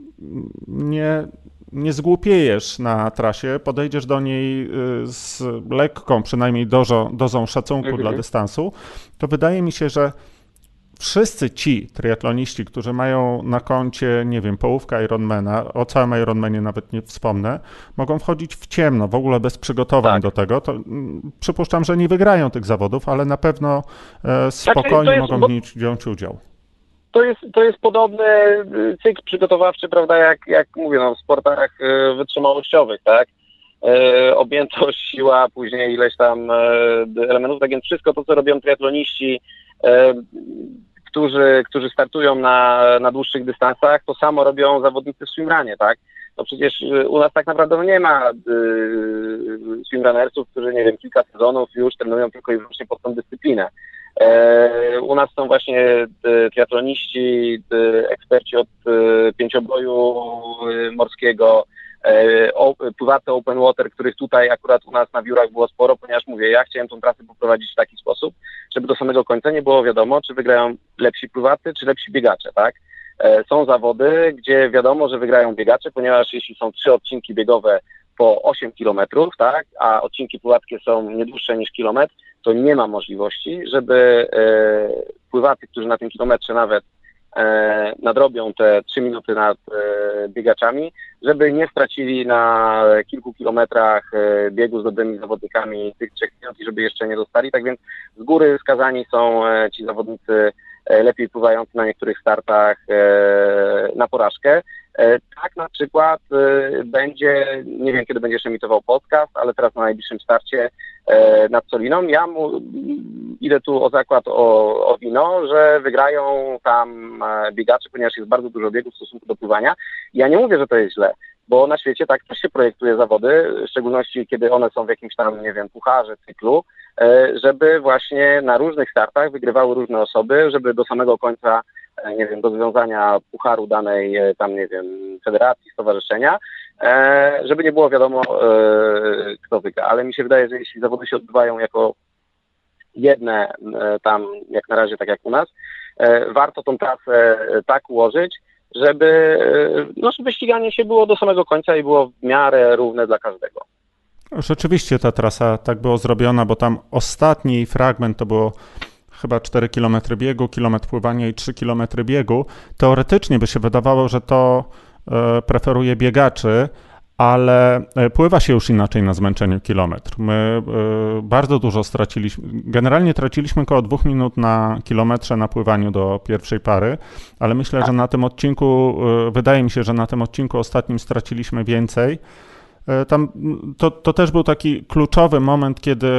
nie zgłupiejesz na trasie, podejdziesz do niej z lekką, przynajmniej dozą szacunku dla dystansu, to wydaje mi się, że wszyscy ci triatloniści, którzy mają na koncie, nie wiem, połówkę Ironmana, o całym Ironmanie nawet nie wspomnę, mogą wchodzić w ciemno, w ogóle bez przygotowań do tego. To przypuszczam, że nie wygrają tych zawodów, ale na pewno spokojnie mogą w nich wziąć udział. To jest podobny cykl przygotowawczy, prawda, jak mówię, no, w sportach wytrzymałościowych, tak? Objętość, siła, później ileś tam elementów, tak więc wszystko to, co robią triatloniści, którzy startują na dłuższych dystansach, to samo robią zawodnicy w swimrunie, tak? No przecież u nas tak naprawdę nie ma swimrunnersów, którzy, nie wiem, kilka sezonów już trenują tylko i wyłącznie pod tą dyscyplinę. U nas są właśnie triatloniści, eksperci od pięcioboju morskiego, pływacze open water, których tutaj akurat u nas na Wiórach było sporo, ponieważ mówię, ja chciałem tą trasę poprowadzić w taki sposób, żeby do samego końca nie było wiadomo, czy wygrają lepsi pływacy, czy lepsi biegacze, tak? Są zawody, gdzie wiadomo, że wygrają biegacze, ponieważ jeśli są 3 odcinki biegowe po 8 km, tak, a odcinki pływackie są nie dłuższe niż kilometr, to nie ma możliwości, żeby pływacy, którzy na tym kilometrze nawet nadrobią te 3 minuty nad biegaczami, żeby nie stracili na kilku kilometrach biegu z dobrymi zawodnikami tych 3 minut i żeby jeszcze nie dostali. Tak więc z góry skazani są ci zawodnicy lepiej pływający na niektórych startach na porażkę. Tak na przykład będzie, nie wiem kiedy będziesz emitował podcast, ale teraz na najbliższym starcie nad Soliną. Ja idę tu o zakład o wino, że wygrają tam biegacze, ponieważ jest bardzo dużo biegów w stosunku do pływania. Ja nie mówię, że to jest źle. bo na świecie tak też się projektuje zawody, w szczególności kiedy one są w jakimś tam, nie wiem, pucharze, cyklu, żeby właśnie na różnych startach wygrywały różne osoby, żeby do samego końca, nie wiem, do związania pucharu danej tam, nie wiem, federacji, stowarzyszenia, żeby nie było wiadomo, kto wygra. Ale mi się wydaje, że jeśli zawody się odbywają jako jedne tam, jak na razie, tak jak u nas, warto tą trasę tak ułożyć, żeby ściganie się było do samego końca i było w miarę równe dla każdego. Rzeczywiście ta trasa tak było zrobiona, bo tam ostatni fragment to było chyba 4 km biegu, kilometr pływania i 3 km biegu. Teoretycznie by się wydawało, że to preferuje biegaczy, ale pływa się już inaczej na zmęczeniu kilometr. My bardzo dużo straciliśmy, generalnie traciliśmy około 2 minut na kilometrze na pływaniu do pierwszej pary, ale myślę, że na tym odcinku, wydaje mi się, że na tym odcinku ostatnim straciliśmy więcej. Tam, to też był taki kluczowy moment, kiedy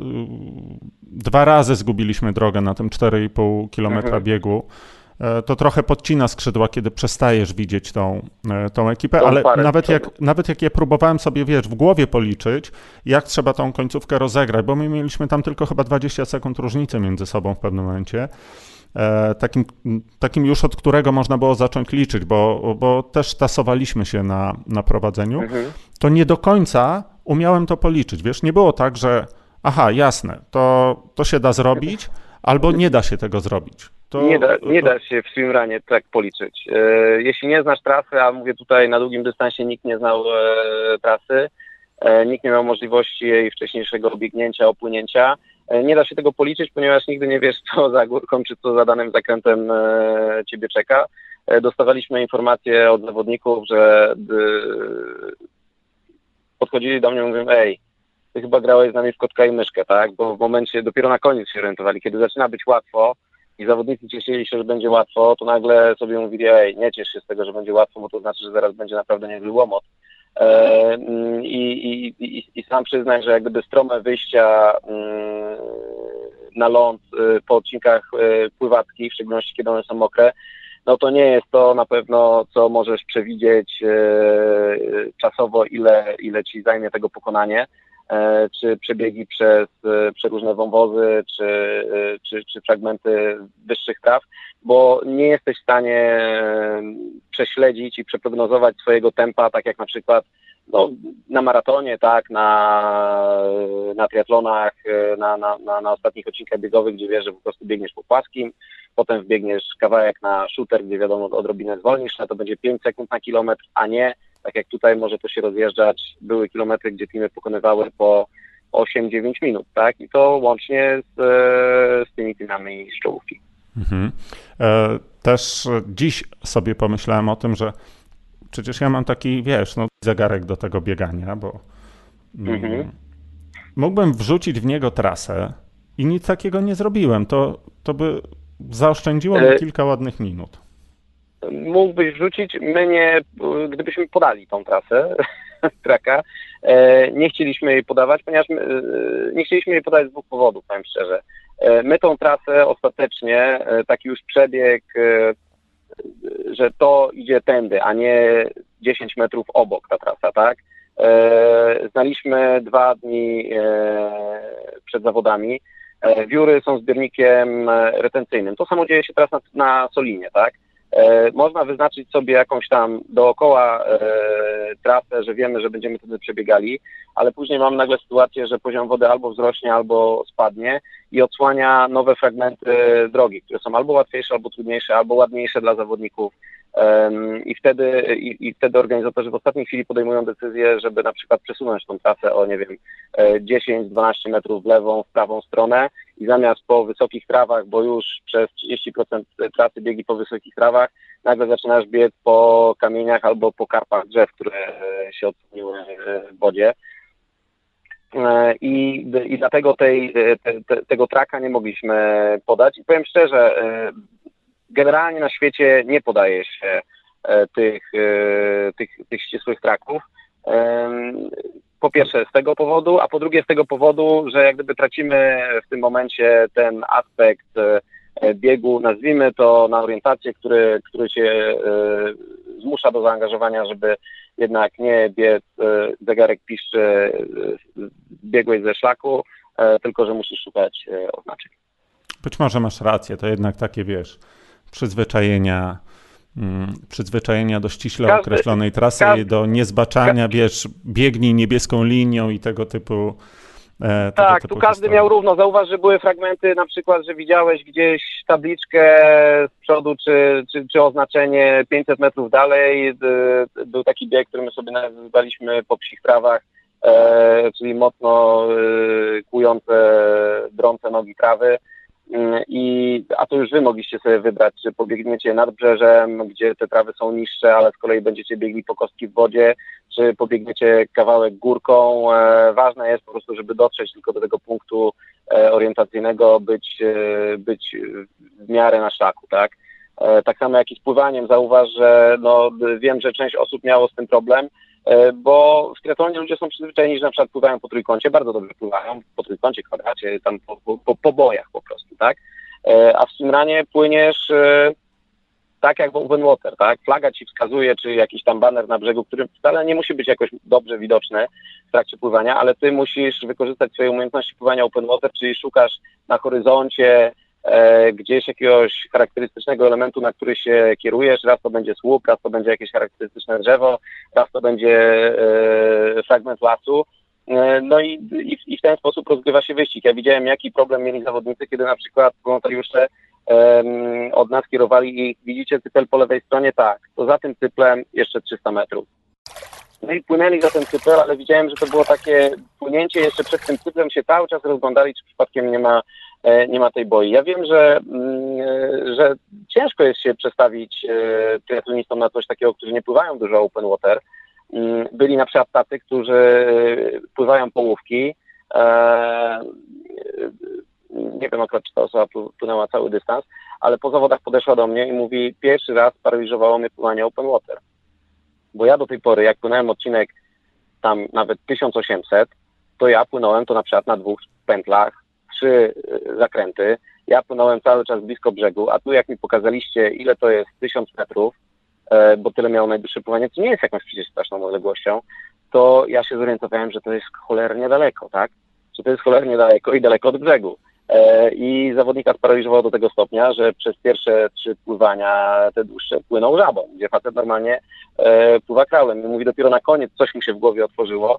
2 razy zgubiliśmy drogę na tym 4,5 kilometra biegu. To trochę podcina skrzydła, kiedy przestajesz widzieć tą ekipę, ale nawet jak ja próbowałem sobie, w głowie policzyć, jak trzeba tą końcówkę rozegrać, bo my mieliśmy tam tylko chyba 20 sekund różnicy między sobą w pewnym momencie, takim już od którego można było zacząć liczyć, bo też tasowaliśmy się na prowadzeniu, to nie do końca umiałem to policzyć, nie było tak, że aha, jasne, to się da zrobić, albo nie da się tego zrobić. Nie da się w swimrunie tak policzyć. Jeśli nie znasz trasy, a mówię tutaj na długim dystansie nikt nie znał trasy, nikt nie miał możliwości jej wcześniejszego biegnięcia, opłynięcia, nie da się tego policzyć, ponieważ nigdy nie wiesz, co za górką, czy co za danym zakrętem ciebie czeka. Dostawaliśmy informacje od zawodników, że podchodzili do mnie i mówią, ej, ty chyba grałeś z nami w kotka i myszkę, tak? Bo w momencie, dopiero na koniec się orientowali, kiedy zaczyna być łatwo i zawodnicy cieszyli się, że będzie łatwo, to nagle sobie mówili, ej, nie ciesz się z tego, że będzie łatwo, bo to znaczy, że zaraz będzie naprawdę niezły łomot. I sam przyznaj, że jak gdyby strome wyjścia na ląd po odcinkach pływackich, w szczególności kiedy one są mokre, no to nie jest to na pewno, co możesz przewidzieć czasowo, ile ci zajmie tego pokonanie, czy przebiegi przez różne wąwozy, czy fragmenty wyższych traw, bo nie jesteś w stanie prześledzić i przeprognozować swojego tempa, tak jak na przykład na maratonie, tak, na triatlonach, na ostatnich odcinkach biegowych, gdzie wiesz, że po prostu biegniesz po płaskim, potem wbiegniesz kawałek na shooter, gdzie wiadomo, odrobinę zwolnisz, to będzie 5 sekund na kilometr, a nie, tak jak tutaj może to się rozjeżdżać, były kilometry, gdzie teamy pokonywały po 8-9 minut, tak, i to łącznie z tymi teamami z czołówki. Też dziś sobie pomyślałem o tym, że przecież ja mam taki, zegarek do tego biegania, bo mógłbym wrzucić w niego trasę i nic takiego nie zrobiłem. To by zaoszczędziło mi kilka ładnych minut. Mógłbyś wrzucić, gdybyśmy podali tą trasę, traka, nie chcieliśmy jej podawać, ponieważ nie chcieliśmy jej podać z 2 powodów, powiem szczerze. My tą trasę ostatecznie, taki już przebieg, że to idzie tędy, a nie 10 metrów obok ta trasa, tak? Znaliśmy 2 dni przed zawodami. Wióry są zbiornikiem retencyjnym. To samo dzieje się teraz na Solinie, tak? Można wyznaczyć sobie jakąś tam dookoła trasę, że wiemy, że będziemy wtedy przebiegali, ale później mamy nagle sytuację, że poziom wody albo wzrośnie, albo spadnie i odsłania nowe fragmenty drogi, które są albo łatwiejsze, albo trudniejsze, albo ładniejsze dla zawodników. I wtedy organizatorzy w ostatniej chwili podejmują decyzję, żeby na przykład przesunąć tą trasę o, 10-12 metrów w lewą, w prawą stronę i zamiast po wysokich trawach, bo już przez 30% trasy biegi po wysokich trawach, nagle zaczynasz biec po kamieniach albo po karpach drzew, które się odsłoniły w wodzie. I dlatego tego traka nie mogliśmy podać. I powiem szczerze, generalnie na świecie nie podaje się tych ścisłych traków. Po pierwsze z tego powodu, a po drugie z tego powodu, że jak gdyby tracimy w tym momencie ten aspekt biegu, nazwijmy to na orientację, który się zmusza do zaangażowania, żeby jednak nie biec, zegarek piszczy, biegłeś ze szlaku, tylko że musisz szukać oznaczek. Być może masz rację, to jednak takie, wiesz, przyzwyczajenia do ściśle określonej trasy, do niezbaczania, wiesz, biegnij niebieską linią i tego typu tak, tu każdy miał równo. Zauważ, że były fragmenty na przykład, że widziałeś gdzieś tabliczkę z przodu, czy oznaczenie 500 metrów dalej. Był taki bieg, który my sobie nazywaliśmy po psich trawach, czyli mocno kłujące, drące nogi trawy. A to już wy mogliście sobie wybrać, czy pobiegniecie nad brzeżem, gdzie te trawy są niższe, ale z kolei będziecie biegli po kostki w wodzie, czy pobiegniecie kawałek górką. Ważne jest po prostu, żeby dotrzeć tylko do tego punktu orientacyjnego, być w miarę na szlaku, tak? Tak samo jak i z pływaniem. Zauważ, że wiem, że część osób miało z tym problem, bo w triatlonie ludzie są przyzwyczajeni, że na przykład pływają po trójkącie, bardzo dobrze pływają, po trójkącie, kwadracie, tam po bojach po prostu, tak? A w swimrunie płyniesz tak jak w open water, tak? Flaga ci wskazuje, czy jakiś tam baner na brzegu, który wcale nie musi być jakoś dobrze widoczny w trakcie pływania, ale ty musisz wykorzystać swoje umiejętności pływania open water, czyli szukasz na horyzoncie gdzieś jakiegoś charakterystycznego elementu, na który się kierujesz. Raz to będzie słup, raz to będzie jakieś charakterystyczne drzewo, raz to będzie fragment lasu. No i w ten sposób rozgrywa się wyścig. Ja widziałem, jaki problem mieli zawodnicy, kiedy na przykład wolontariusze od nas kierowali i widzicie cypel po lewej stronie, tak, to za tym cyplem jeszcze 300 metrów. No i płynęli za ten cypel, ale widziałem, że to było takie płynięcie jeszcze przed tym cyplem, się cały czas rozglądali, czy przypadkiem nie ma tej boi. Ja wiem, że ciężko jest się przestawić triatlonistom na coś takiego, którzy nie pływają dużo open water. Byli na przykład tacy, którzy pływają połówki. Nie wiem akurat, czy ta osoba płynęła cały dystans, ale po zawodach podeszła do mnie i mówi, pierwszy raz paraliżowało mnie pływanie open water. Bo ja do tej pory, jak płynąłem odcinek tam nawet 1800, to ja płynąłem to na przykład na 2 pętlach, 3 zakręty. Ja płynąłem cały czas blisko brzegu, a tu jak mi pokazaliście, ile to jest 1000 metrów, bo tyle miało najdłuższe pływanie, co nie jest jakąś przecież straszną odległością, to ja się zorientowałem, że to jest cholernie daleko, tak? Że to jest cholernie daleko i daleko od brzegu. I zawodnika sparaliżował do tego stopnia, że przez pierwsze 3 pływania, te dłuższe, płynął żabą, gdzie facet normalnie pływa kraulem. I mówi, dopiero na koniec coś mu się w głowie otworzyło,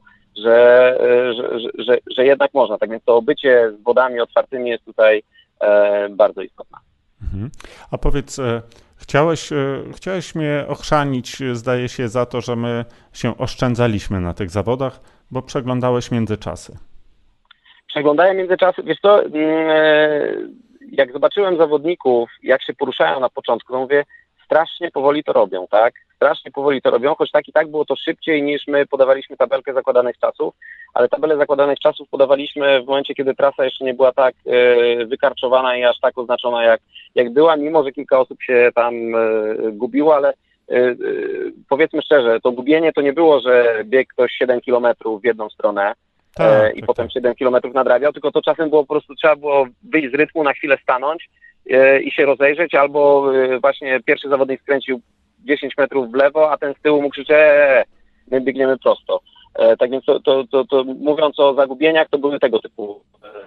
że jednak można. Tak więc to obycie z wodami otwartymi jest tutaj bardzo istotne. A powiedz, chciałeś mnie ochrzanić, zdaje się, za to, że my się oszczędzaliśmy na tych zawodach, bo przeglądałeś międzyczasy. Przeglądałem międzyczasy. Wiesz co, jak zobaczyłem zawodników, jak się poruszają na początku, to mówię, strasznie powoli to robią, tak? Strasznie powoli to robią, choć tak i tak było to szybciej niż my podawaliśmy tabelkę zakładanych czasów, ale tabelę zakładanych czasów podawaliśmy w momencie, kiedy trasa jeszcze nie była tak wykarczowana i aż tak oznaczona jak była, mimo że kilka osób się tam gubiło, ale powiedzmy szczerze, to gubienie to nie było, że biegł ktoś 7 kilometrów w jedną stronę, i potem 7 kilometrów nadrabiał, tylko to czasem było po prostu, trzeba było wyjść z rytmu, na chwilę stanąć i się rozejrzeć, albo właśnie pierwszy zawodnik skręcił 10 metrów w lewo, a ten z tyłu mógł krzyczeć, my biegniemy prosto. Tak więc to mówiąc o zagubieniach, to były tego typu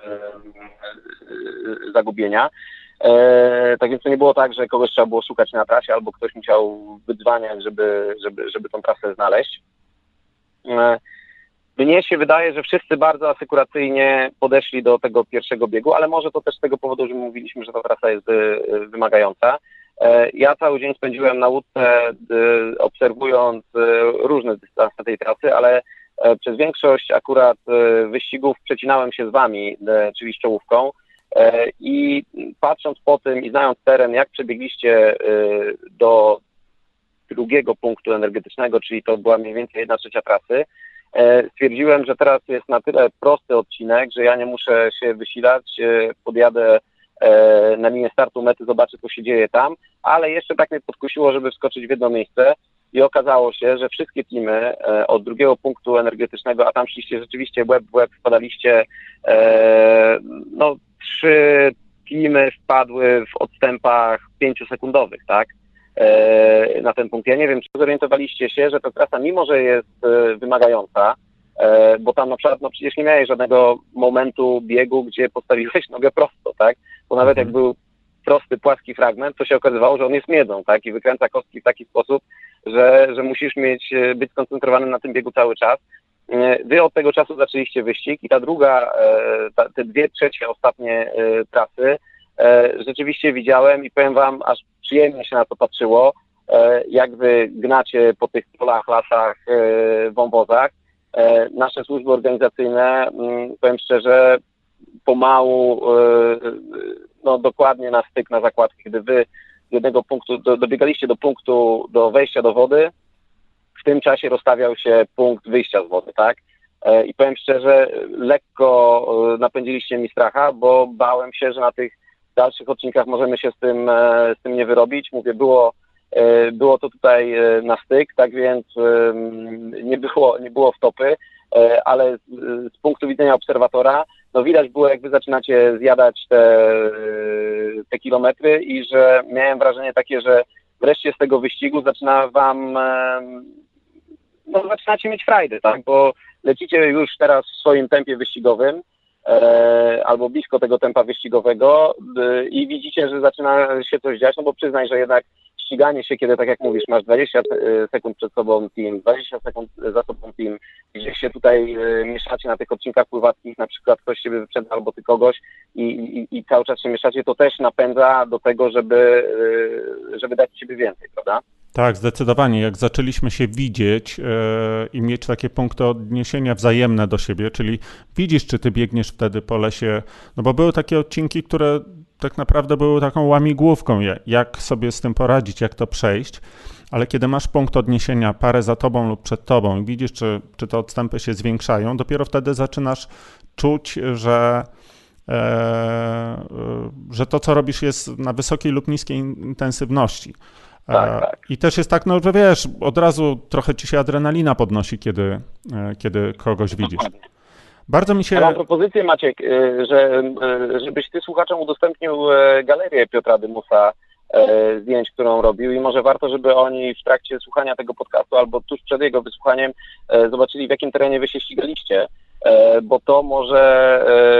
zagubienia. Tak więc to nie było tak, że kogoś trzeba było szukać na trasie, albo ktoś musiał wydzwaniać, żeby tą trasę znaleźć. Mnie się wydaje, że wszyscy bardzo asykuracyjnie podeszli do tego pierwszego biegu, ale może to też z tego powodu, że mówiliśmy, że ta trasa jest wymagająca. Ja cały dzień spędziłem na łódce, obserwując różne dystanse tej trasy, ale przez większość akurat wyścigów przecinałem się z wami, czyli z czołówką, i patrząc po tym i znając teren, jak przebiegliście do drugiego punktu energetycznego, czyli to była mniej więcej 1/3 trasy, stwierdziłem, że teraz jest na tyle prosty odcinek, że ja nie muszę się wysilać, podjadę na linię startu mety, zobaczę, co się dzieje tam, ale jeszcze tak mnie podkusiło, żeby wskoczyć w jedno miejsce i okazało się, że wszystkie teamy od drugiego punktu energetycznego, a tam szliście rzeczywiście łeb w łeb, wpadaliście, 3 teamy wpadły w odstępach 5-sekundowych, tak? na ten punkt. Ja nie wiem, czy zorientowaliście się, że ta trasa, mimo że jest wymagająca, bo tam na przykład, no przecież nie miałeś żadnego momentu biegu, gdzie postawiłeś nogę prosto, tak? Bo nawet jak był prosty, płaski fragment, to się okazywało, że on jest miedzą, tak? I wykręca kostki w taki sposób, że musisz być skoncentrowany na tym biegu cały czas. Wy od tego czasu zaczęliście wyścig i ta druga, te 2/3 ostatnie trasy rzeczywiście widziałem i powiem wam, aż przyjemnie się na to patrzyło, jak wy gnacie po tych polach, lasach, wąwozach. Nasze służby organizacyjne, powiem szczerze, pomału, no dokładnie na styk, na zakładkę, gdy wy z jednego punktu dobiegaliście do punktu, do wejścia do wody, w tym czasie rozstawiał się punkt wyjścia z wody, tak? I powiem szczerze, lekko napędziliście mi stracha, bo bałem się, że na tych dalszych odcinkach możemy się z tym nie wyrobić. Mówię, było to tutaj na styk, tak więc nie było wtopy, ale z punktu widzenia obserwatora, no widać było, jak wy zaczynacie zjadać te kilometry i że miałem wrażenie takie, że wreszcie z tego wyścigu zaczynacie mieć frajdę, tak, bo lecicie już teraz w swoim tempie wyścigowym, albo blisko tego tempa wyścigowego i widzicie, że zaczyna się coś dziać, no bo przyznaj, że jednak ściganie się, kiedy tak jak mówisz, masz 20 sekund przed sobą team, 20 sekund za sobą team, gdzie się tutaj mieszacie na tych odcinkach pływackich, na przykład ktoś ciebie wyprzedza albo ty kogoś i cały czas się mieszacie, to też napędza do tego, żeby dać siebie więcej, prawda? Tak, zdecydowanie. Jak zaczęliśmy się widzieć i mieć takie punkty odniesienia wzajemne do siebie, czyli widzisz, czy ty biegniesz wtedy po lesie, no bo były takie odcinki, które tak naprawdę były taką łamigłówką, jak sobie z tym poradzić, jak to przejść, ale kiedy masz punkt odniesienia, parę za tobą lub przed tobą i widzisz, czy te odstępy się zwiększają, dopiero wtedy zaczynasz czuć, że to, co robisz, jest na wysokiej lub niskiej intensywności. Tak. I też jest tak, no, że wiesz, od razu trochę ci się adrenalina podnosi, kiedy kogoś widzisz. Bardzo mi się... Ja mam propozycję, Maciek, żebyś ty słuchaczom udostępnił galerię Piotra Dymusa zdjęć, którą robił i może warto, żeby oni w trakcie słuchania tego podcastu albo tuż przed jego wysłuchaniem zobaczyli, w jakim terenie wy się ścigaliście, bo to może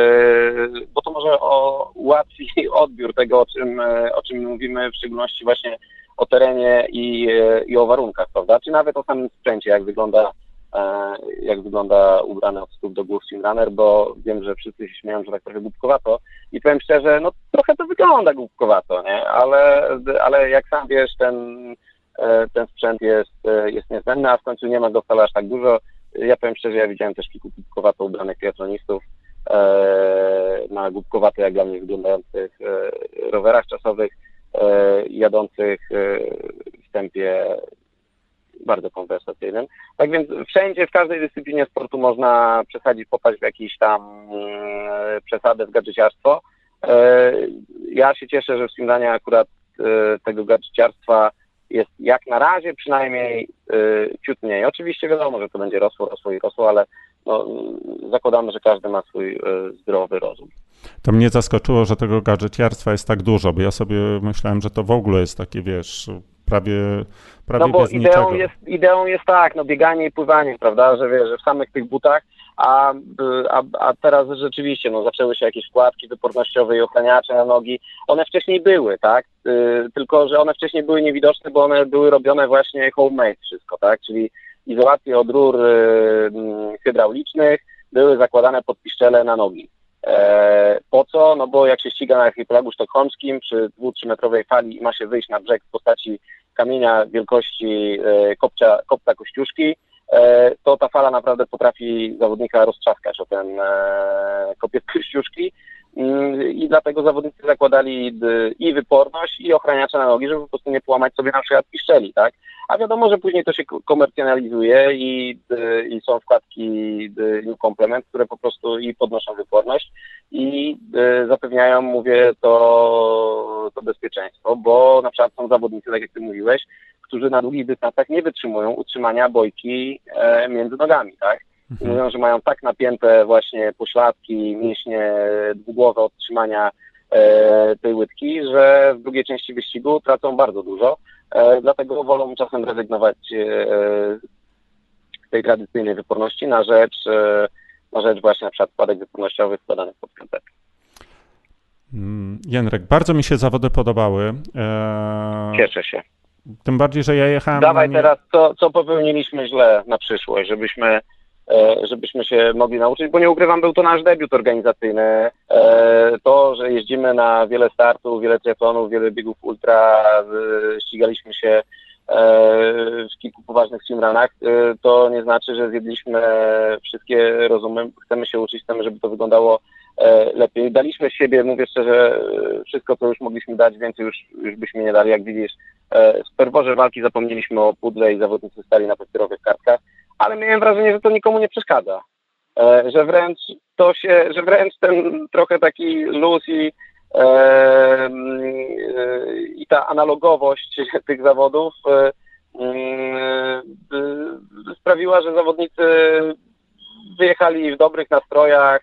ułatwi odbiór tego, o czym mówimy, w szczególności właśnie o terenie i o warunkach, prawda? Czy nawet o samym sprzęcie, jak wygląda ubrany od stóp do głów swimrunner, bo wiem, że wszyscy się śmieją, że tak trochę głupkowato i powiem szczerze, no trochę to wygląda głupkowato, nie? Ale jak sam wiesz, ten sprzęt jest niezbędny, a w końcu nie ma go wcale aż tak dużo. Ja powiem szczerze, ja widziałem też kilku głupkowato ubranych triatlonistów na głupkowato, jak dla mnie wyglądających rowerach czasowych, jadących w tempie bardzo konwersacyjnym. Tak więc wszędzie, w każdej dyscyplinie sportu można popaść w jakieś tam przesadę w gadżeciarstwo. Ja się cieszę, że w swimrunie akurat tego gadżeciarstwa jest jak na razie przynajmniej ciut mniej. Oczywiście wiadomo, że to będzie rosło, ale no, zakładamy, że każdy ma swój zdrowy rozum. To mnie zaskoczyło, że tego gadżeciarstwa jest tak dużo, bo ja sobie myślałem, że to w ogóle jest takie, wiesz, prawie no bo bez niczego. Ideą jest tak, no bieganie i pływanie, prawda, że wiesz, że w samych tych butach, a teraz rzeczywiście, no zaczęły się jakieś wkładki wypornościowe i ochraniacze na nogi. One wcześniej były, tak, tylko że one wcześniej były niewidoczne, bo one były robione właśnie homemade wszystko, tak, czyli izolacje od rur hydraulicznych były zakładane pod piszczele na nogi. Po co? No bo jak się ściga na archipelagu sztokholmskim przy 2-3 metrowej fali i ma się wyjść na brzeg w postaci kamienia wielkości kopca Kościuszki, to ta fala naprawdę potrafi zawodnika roztrzaskać o ten kopiec Kościuszki i dlatego zawodnicy zakładali i wyporność, i ochraniacze na nogi, żeby po prostu nie połamać sobie na przykład piszczeli, tak? A wiadomo, że później to się komercjonalizuje i są wkładki New Complement, które po prostu i podnoszą wyporność i zapewniają, mówię, to bezpieczeństwo, bo na przykład są zawodnicy, tak jak ty mówiłeś, którzy na długich dystansach nie wytrzymują utrzymania bojki między nogami, tak? I mówią, że mają tak napięte właśnie pośladki, mięśnie dwugłowe od trzymania tej łydki, że w drugiej części wyścigu tracą bardzo dużo, dlatego wolą czasem rezygnować z tej tradycyjnej wyporności na rzecz właśnie na przykład składek wypornościowych składanych pod kantepy. Jędrek, bardzo mi się zawody podobały. Cieszę się. Tym bardziej, że ja jechałem Dawaj teraz, co popełniliśmy źle na przyszłość, żebyśmy się mogli nauczyć, bo nie ukrywam, był to nasz debiut organizacyjny. To, że jeździmy na wiele startów, wiele triatlonów, wiele biegów ultra, ścigaliśmy się w kilku poważnych swimrunach, to nie znaczy, że zjedliśmy wszystkie rozumy. Chcemy się uczyć, chcemy, żeby to wyglądało lepiej. Daliśmy z siebie, mówię szczerze, wszystko, co już mogliśmy dać, więcej już byśmy nie dali. Jak widzisz, w ferworze walki zapomnieliśmy o pudle i zawodnicy stali na papierowych kartkach, ale miałem wrażenie, że to nikomu nie przeszkadza. Że wręcz ten trochę taki luz i ta analogowość tych zawodów sprawiła, że zawodnicy wyjechali w dobrych nastrojach,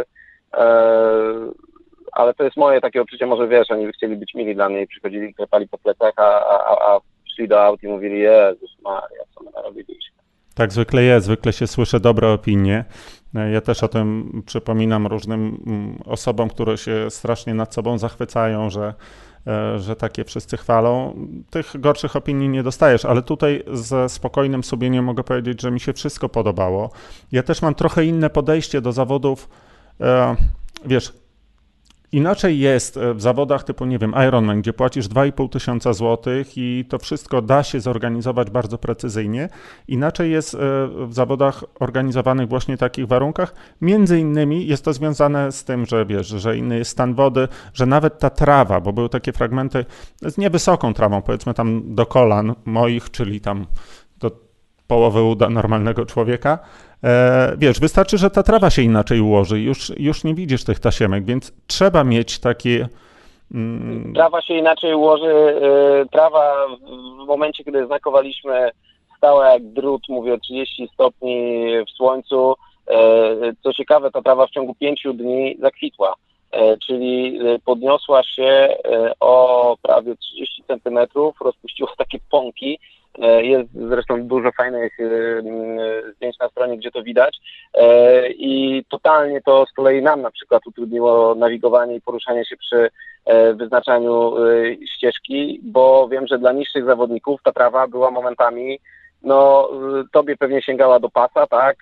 ale to jest moje takie odczucie, może wiesz, oni by chcieli być mili dla mnie i przychodzili, klepali po plecach, a szli do aut i mówili: Jezus Maria, co my narobiliśmy. Tak zwykle jest, zwykle się słyszy dobre opinie. Ja też o tym przypominam różnym osobom, które się strasznie nad sobą zachwycają, że takie wszyscy chwalą. Tych gorszych opinii nie dostajesz, ale tutaj ze spokojnym sumieniem mogę powiedzieć, że mi się wszystko podobało. Ja też mam trochę inne podejście do zawodów, wiesz, inaczej jest w zawodach typu, nie wiem, Ironman, gdzie płacisz 2500 złotych i to wszystko da się zorganizować bardzo precyzyjnie. Inaczej jest w zawodach organizowanych właśnie w takich warunkach. Między innymi jest to związane z tym, że wiesz, że inny jest stan wody, że nawet ta trawa, bo były takie fragmenty z niewysoką trawą, powiedzmy tam do kolan moich, czyli tam do połowy uda normalnego człowieka. Wiesz, wystarczy, że ta trawa się inaczej ułoży, już nie widzisz tych tasiemek, więc trzeba mieć takie... Trawa się inaczej ułoży, trawa w momencie, kiedy znakowaliśmy, stała jak drut, mówię, 30 stopni w słońcu. Co ciekawe, ta trawa w ciągu 5 dni zakwitła, czyli podniosła się o prawie 30 centymetrów, rozpuściła takie pąki. Jest zresztą dużo fajnych zdjęć na stronie, gdzie to widać, i totalnie to z kolei nam na przykład utrudniło nawigowanie i poruszanie się przy wyznaczaniu ścieżki, bo wiem, że dla niższych zawodników ta trawa była momentami, no tobie pewnie sięgała do pasa, tak,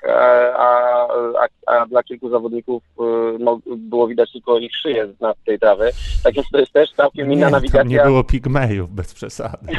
a dla kilku zawodników było widać tylko ich szyję z nad tej trawy, tak więc to jest też całkiem inna nawigacja. Tam nie było pigmejów, bez przesady.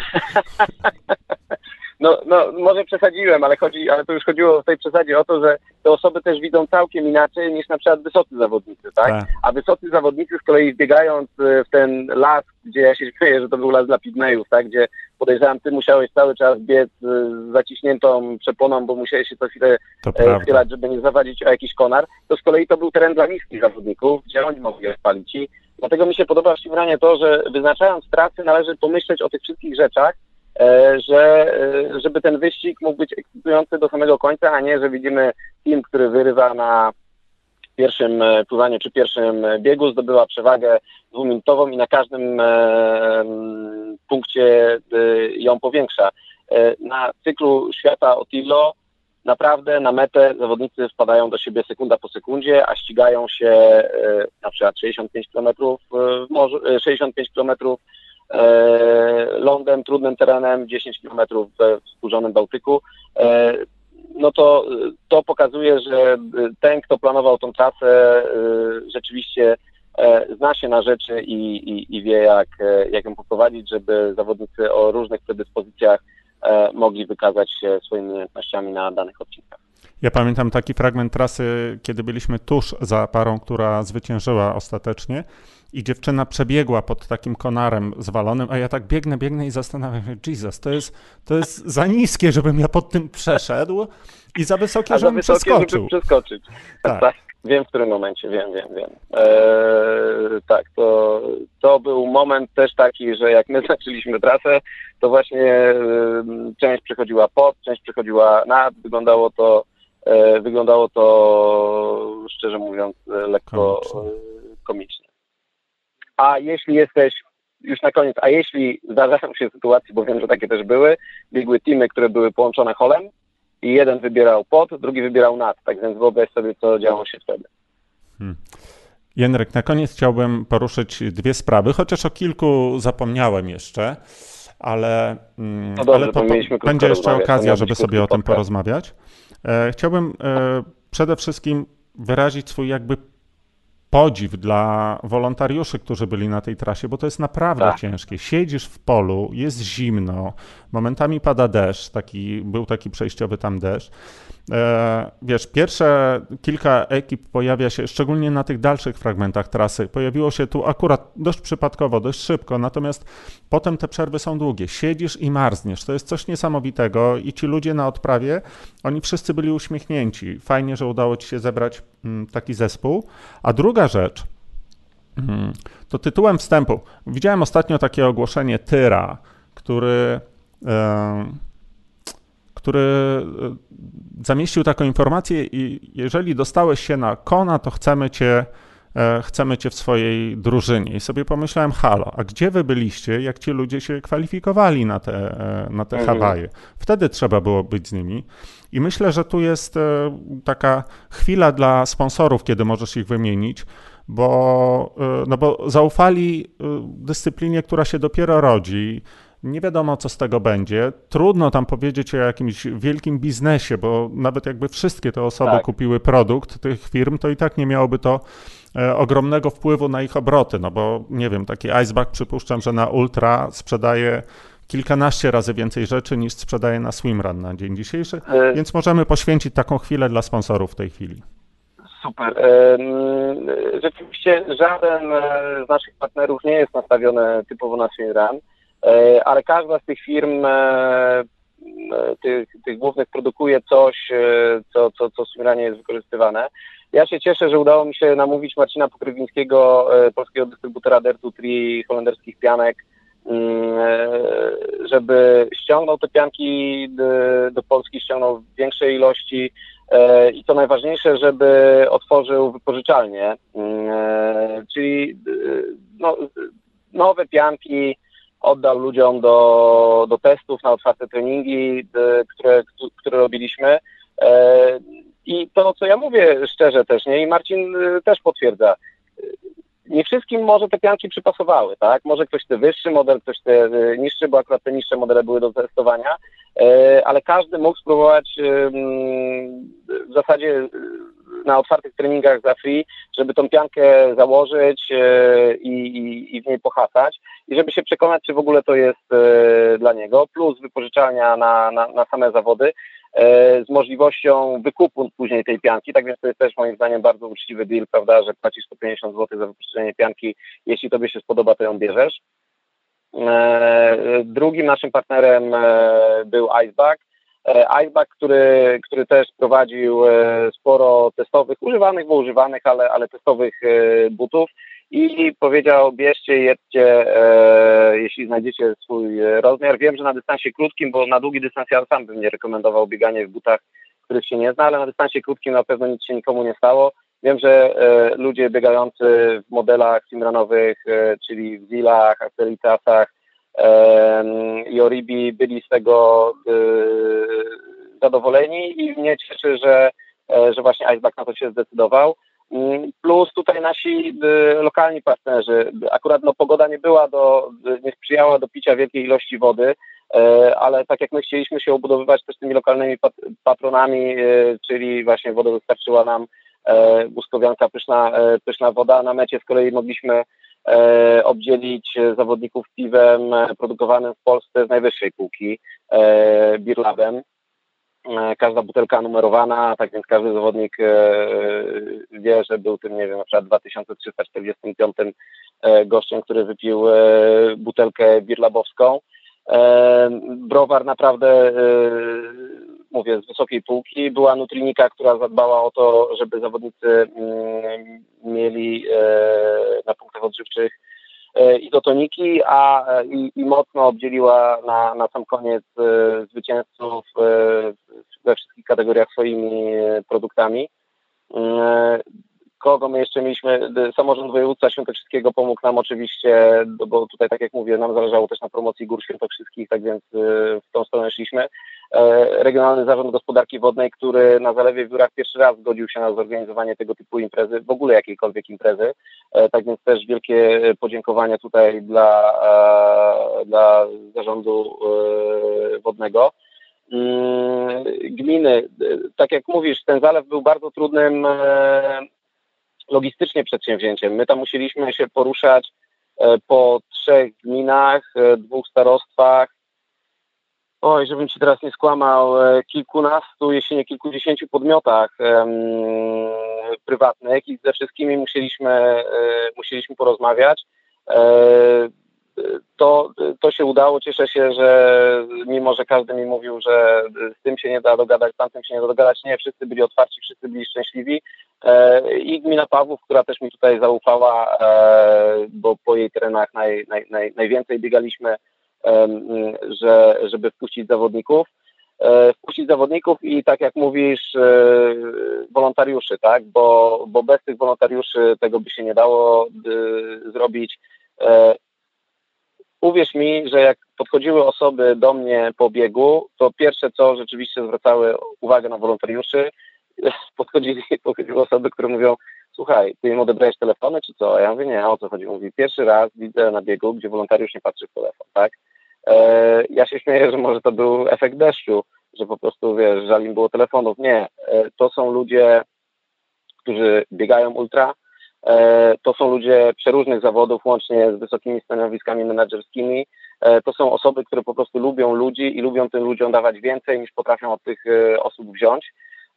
No, może przesadziłem, ale to już chodziło w tej przesadzie o to, że te osoby też widzą całkiem inaczej niż na przykład wysocy zawodnicy, tak? A wysocy zawodnicy z kolei wbiegając w ten las, gdzie ja się śmieję, że to był las dla pigmejów, tak? Gdzie podejrzewam, ty musiałeś cały czas biec z zaciśniętą przeponą, bo musiałeś się co chwilę schylać, żeby nie zawadzić o jakiś konar, to z kolei to był teren dla niskich zawodników, gdzie oni mogli odpalić. I dlatego mi się podoba w Swimrunie to, że wyznaczając trasy należy pomyśleć o tych wszystkich rzeczach, żeby ten wyścig mógł być ekscytujący do samego końca, a nie, że widzimy team, który wyrywa na pierwszym pływaniu czy pierwszym biegu, zdobyła przewagę 2-minutową i na każdym punkcie ją powiększa. Na cyklu świata Otillo naprawdę na metę zawodnicy wpadają do siebie sekunda po sekundzie, a ścigają się na przykład 65 km w morzu, 65 km lądem, trudnym terenem, 10 km we wzburzonym Bałtyku. No to pokazuje, że ten, kto planował tą trasę, rzeczywiście zna się na rzeczy i wie, jak ją poprowadzić, żeby zawodnicy o różnych predyspozycjach mogli wykazać się swoimi umiejętnościami na danych odcinkach. Ja pamiętam taki fragment trasy, kiedy byliśmy tuż za parą, która zwyciężyła ostatecznie i dziewczyna przebiegła pod takim konarem zwalonym, a ja tak biegnę i zastanawiam się, Jesus, to jest za niskie, żebym ja pod tym przeszedł i za wysokie, żebym przeskoczył. Żeby przeskoczyć. Tak. Wiem, w którym momencie, wiem. Tak, to był moment też taki, że jak my zaczęliśmy trasę, to właśnie część przechodziła pod, część przechodziła nad, wyglądało to szczerze mówiąc lekko komicznie. a jeśli jesteś, już na koniec, a jeśli zdarzają się sytuacje, bo wiem, że takie też były, biegły teamy, które były połączone holem i jeden wybierał pod, drugi wybierał nad, tak więc wyobraź sobie, co działo się wtedy. Jędrek, na koniec chciałbym poruszyć dwie sprawy, chociaż o kilku zapomniałem jeszcze, ale, No dobrze, będzie jeszcze okazja, żeby sobie o tym porozmawiać. Chciałbym przede wszystkim wyrazić swój jakby podziw dla wolontariuszy, którzy byli na tej trasie, bo to jest naprawdę ciężkie. Siedzisz w polu, jest zimno, momentami pada deszcz, był taki przejściowy tam deszcz. Wiesz, pierwsze kilka ekip pojawia się, szczególnie na tych dalszych fragmentach trasy, pojawiło się tu akurat dość przypadkowo, dość szybko, natomiast potem te przerwy są długie. Siedzisz i marzniesz, to jest coś niesamowitego i ci ludzie na odprawie, oni wszyscy byli uśmiechnięci. Fajnie, że udało ci się zebrać taki zespół. A druga rzecz, to tytułem wstępu. Widziałem ostatnio takie ogłoszenie Tyra, który zamieścił taką informację i jeżeli dostałeś się na Kona, to chcemy cię w swojej drużynie. I sobie pomyślałem, halo, a gdzie wy byliście, jak ci ludzie się kwalifikowali na te Hawaje? Wtedy trzeba było być z nimi. I myślę, że tu jest taka chwila dla sponsorów, kiedy możesz ich wymienić, bo zaufali dyscyplinie, która się dopiero rodzi. Nie wiadomo, co z tego będzie. Trudno tam powiedzieć o jakimś wielkim biznesie, bo nawet jakby wszystkie te osoby kupiły produkt tych firm, to i tak nie miałoby to ogromnego wpływu na ich obroty, no bo nie wiem, taki Iceback przypuszczam, że na Ultra sprzedaje kilkanaście razy więcej rzeczy niż sprzedaje na Swimrun na dzień dzisiejszy, więc możemy poświęcić taką chwilę dla sponsorów w tej chwili. Super. Rzeczywiście żaden z naszych partnerów nie jest nastawiony typowo na Swimrun, ale każda z tych firm, tych głównych produkuje coś, co w Swimrunie jest wykorzystywane. Ja się cieszę, że udało mi się namówić Marcina Pokrywińskiego, polskiego dystrybutora Dirtu Tri, holenderskich pianek, żeby ściągnął te pianki do Polski, ściągnął w większej ilości i co najważniejsze, żeby otworzył wypożyczalnię, czyli nowe pianki oddał ludziom do testów, na otwarte treningi, które robiliśmy. I to, co ja mówię szczerze też, nie? I Marcin też potwierdza, nie wszystkim może te pianki przypasowały, tak? Może ktoś chce wyższy model, ktoś chce niższy, bo akurat te niższe modele były do testowania, ale każdy mógł spróbować w zasadzie na otwartych treningach za free, żeby tą piankę założyć i w niej pohasać i żeby się przekonać, czy w ogóle to jest dla niego, plus wypożyczalnia na same zawody z możliwością wykupu później tej pianki, tak więc to jest też moim zdaniem bardzo uczciwy deal, prawda, że płacisz 150 zł za wypożyczenie pianki, jeśli tobie się spodoba, to ją bierzesz. Drugim naszym partnerem był Iceback. Iceback, który też prowadził sporo testowych, używanych, bo używanych, ale testowych butów i powiedział, bierzcie, jedźcie, jeśli znajdziecie swój rozmiar. Wiem, że na dystansie krótkim, bo na długi dystans ja sam bym nie rekomendował bieganie w butach, których się nie zna, ale na dystansie krótkim na pewno nic się nikomu nie stało. Wiem, że ludzie biegający w modelach swimrunowych, czyli w Zilach, Axelitasach i Oribi byli z tego zadowoleni i mnie cieszy, że właśnie Iceback na to się zdecydował. Plus tutaj nasi lokalni partnerzy. Akurat pogoda nie sprzyjała do picia wielkiej ilości wody, ale tak jak my chcieliśmy się obudowywać też tymi lokalnymi patronami, czyli właśnie wodę dostarczyła nam Błyskowianka, pyszna woda. Na mecie z kolei mogliśmy obdzielić zawodników piwem produkowanym w Polsce z najwyższej półki, Beerlabem. Każda butelka numerowana, tak więc każdy zawodnik wie, że był tym, nie wiem, na przykład 2345 gościem, który wypił butelkę beerlabowską. Browar naprawdę, mówię, z wysokiej półki. Była Nutrinika, która zadbała o to, żeby zawodnicy mieli na punktach odżywczych izotoniki, i mocno obdzieliła na sam koniec zwycięzców we wszystkich kategoriach swoimi produktami. Kogo my jeszcze mieliśmy? Samorząd województwa świętokrzyskiego pomógł nam oczywiście, bo tutaj, tak jak mówię, nam zależało też na promocji gór świętokrzyskich, tak więc w tą stronę szliśmy. Regionalny Zarząd Gospodarki Wodnej, który na Zalewie w Jurach pierwszy raz zgodził się na zorganizowanie tego typu imprezy, w ogóle jakiejkolwiek imprezy. Tak więc też wielkie podziękowania tutaj dla Zarządu Wodnego. Gminy, tak jak mówisz, ten zalew był bardzo trudnym logistycznie przedsięwzięciem. My tam musieliśmy się poruszać po 3 gminach, 2 starostwach. Oj, żebym ci teraz nie skłamał, kilkunastu, jeśli nie kilkudziesięciu podmiotach prywatnych i ze wszystkimi musieliśmy porozmawiać. To się udało. Cieszę się, że mimo, że każdy mi mówił, że z tym się nie da dogadać, z tamtym się nie da dogadać, nie, wszyscy byli otwarci, wszyscy byli szczęśliwi. I gmina Pawłów, która też mi tutaj zaufała, bo po jej terenach najwięcej biegaliśmy, żeby wpuścić zawodników i tak jak mówisz, wolontariuszy, tak, bo bez tych wolontariuszy tego by się nie dało zrobić. Uwierz mi, że jak podchodziły osoby do mnie po biegu, to pierwsze co rzeczywiście zwracały uwagę na wolontariuszy, podchodziły osoby, które mówią: słuchaj, ty im odebrałeś telefony, czy co? A ja mówię: nie, o co chodzi? Mówi: pierwszy raz widzę na biegu, gdzie wolontariusz nie patrzy w telefon, tak? Ja się śmieję, że może to był efekt deszczu, że po prostu, wiesz, żal im było telefonów. Nie, to są ludzie, którzy biegają ultra, to są ludzie przeróżnych zawodów, łącznie z wysokimi stanowiskami menedżerskimi. To są osoby, które po prostu lubią ludzi i lubią tym ludziom dawać więcej, niż potrafią od tych osób wziąć.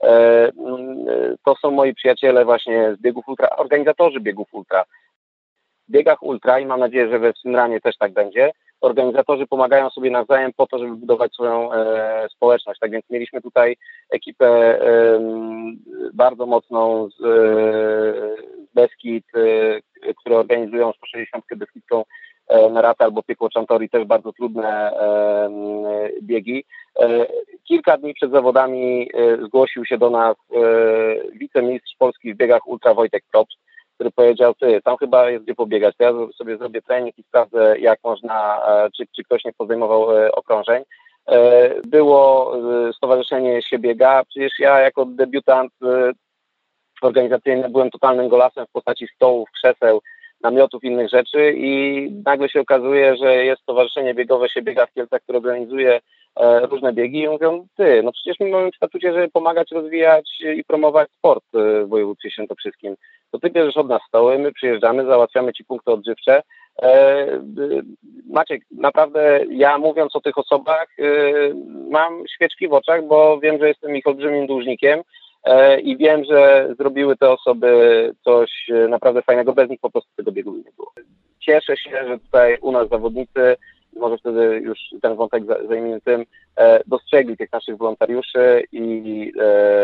To są moi przyjaciele właśnie z biegów ultra, organizatorzy biegów ultra. W biegach ultra, i mam nadzieję, że we Swimrunie też tak będzie, organizatorzy pomagają sobie nawzajem po to, żeby budować swoją społeczność. Tak więc mieliśmy tutaj ekipę bardzo mocną z Beskid, które organizują 160 Beskidką Narata albo Piekło Czantori, też bardzo trudne biegi. Kilka dni przed zawodami zgłosił się do nas wicemistrz Polski w biegach ultra Wojtek Probst, który powiedział: ty, tam chyba jest gdzie pobiegać, to ja sobie zrobię trening i sprawdzę, jak można, czy ktoś nie podejmował okrążeń. Było stowarzyszenie Się Biega, przecież ja jako debiutant organizacyjny byłem totalnym golasem w postaci stołów, krzeseł, namiotów, innych rzeczy i nagle się okazuje, że jest stowarzyszenie biegowe Się Biega w Kielcach, które organizuje różne biegi i mówią: ty, no przecież my mamy w statucie, żeby pomagać, rozwijać i promować sport w województwie świętokrzyskim. To ty bierzesz od nas stoły, my przyjeżdżamy, załatwiamy ci punkty odżywcze. Maciek, naprawdę ja, mówiąc o tych osobach, mam świeczki w oczach, bo wiem, że jestem ich olbrzymim dłużnikiem i wiem, że zrobiły te osoby coś naprawdę fajnego, bez nich po prostu tego biegu nie było. Cieszę się, że tutaj u nas zawodnicy, może wtedy już ten wątek zajmijmy tym, dostrzegli tych naszych wolontariuszy i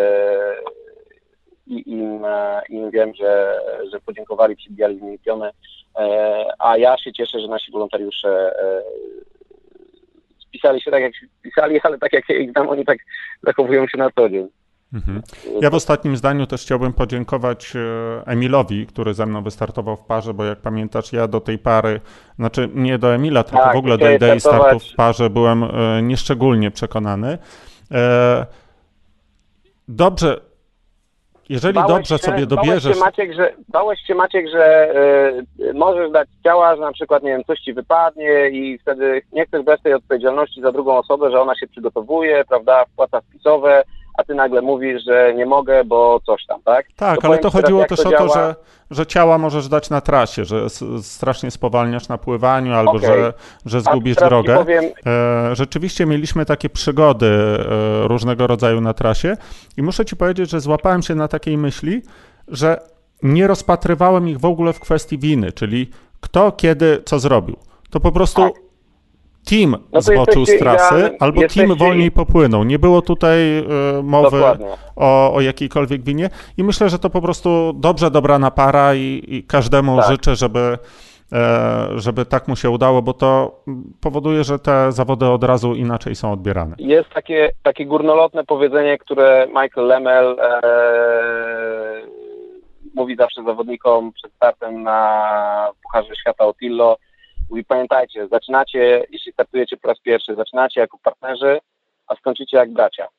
im wiem, że podziękowali, przybijali z nimi piony, a ja się cieszę, że nasi wolontariusze spisali się tak, jak się spisali, ale tak jak ja ich znam, oni tak zachowują się na co dzień. Ja w ostatnim zdaniu też chciałbym podziękować Emilowi, który ze mną wystartował w parze, bo jak pamiętasz, ja do tej pary, znaczy nie do Emila, tylko tak, w ogóle do idei startu w parze byłem nieszczególnie przekonany. Dobrze, jeżeli dobrze sobie dobierzesz... Bałeś się, Maciek, że możesz dać ciała, że na przykład, nie wiem, coś ci wypadnie i wtedy nie chcesz brać tej odpowiedzialności za drugą osobę, że ona się przygotowuje, prawda, wpłaca wpisowe, a ty nagle mówisz, że nie mogę, bo coś tam, tak? Tak, ale to chodziło też o to, że ciała możesz dać na trasie, że strasznie spowalniasz na pływaniu albo że zgubisz drogę. Rzeczywiście mieliśmy takie przygody różnego rodzaju na trasie i muszę ci powiedzieć, że złapałem się na takiej myśli, że nie rozpatrywałem ich w ogóle w kwestii winy, czyli kto, kiedy, co zrobił. To po prostu... Tak. Team zboczył z trasy, albo team wolniej popłynął. Nie było tutaj mowy o jakiejkolwiek winie i myślę, że to po prostu dobrze dobrana para i każdemu życzę, żeby tak mu się udało, bo to powoduje, że te zawody od razu inaczej są odbierane. Jest takie górnolotne powiedzenie, które Michael Lemmel mówi zawsze zawodnikom przed startem na Pucharze Świata Otillo, mówi, pamiętajcie, zaczynacie, jeśli startujecie po raz pierwszy, zaczynacie jako partnerzy, a skończycie jak bracia.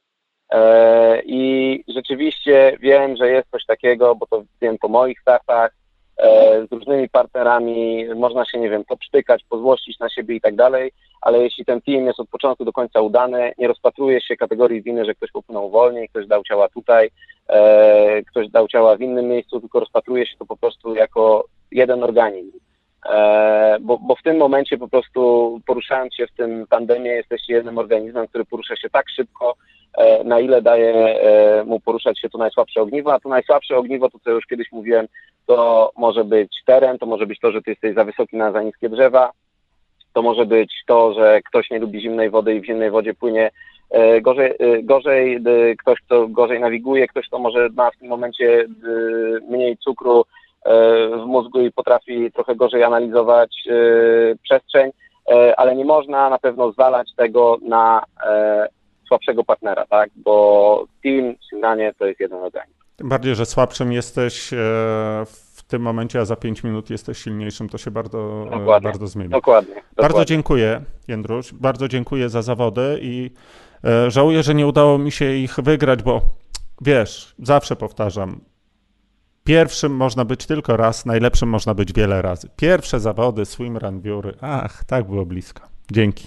I rzeczywiście wiem, że jest coś takiego, bo to wiem po moich startach, z różnymi partnerami, można się, nie wiem, poprztykać, pozłościć na siebie i tak dalej, ale jeśli ten team jest od początku do końca udany, nie rozpatruje się kategorii winy, że ktoś popłynął wolniej, ktoś dał ciała tutaj, ktoś dał ciała w innym miejscu, tylko rozpatruje się to po prostu jako jeden organizm. Bo w tym momencie po prostu poruszając się w tym tandemie jesteście jednym organizmem, który porusza się tak szybko, na ile daje mu poruszać się to najsłabsze ogniwo, a to najsłabsze ogniwo, to co już kiedyś mówiłem, to może być teren, to może być to, że ty jesteś za wysoki na za niskie drzewa, to może być to, że ktoś nie lubi zimnej wody i w zimnej wodzie płynie gorzej, ktoś, kto gorzej nawiguje, ktoś, kto może ma w tym momencie mniej cukru w mózgu i potrafi trochę gorzej analizować przestrzeń, ale nie można na pewno zwalać tego na słabszego partnera, tak? Bo team, swimranie to jest jeden organizm. Tym bardziej, że słabszym jesteś w tym momencie, a za 5 minut jesteś silniejszym, to się bardzo zmieni. Dokładnie. Bardzo dziękuję, Jędruś, bardzo dziękuję za zawody i żałuję, że nie udało mi się ich wygrać, bo wiesz, zawsze powtarzam, pierwszym można być tylko raz, najlepszym można być wiele razy. Pierwsze zawody, swimrun, wióry, tak było blisko. Dzięki.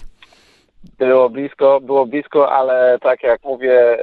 Było blisko, ale tak jak mówię,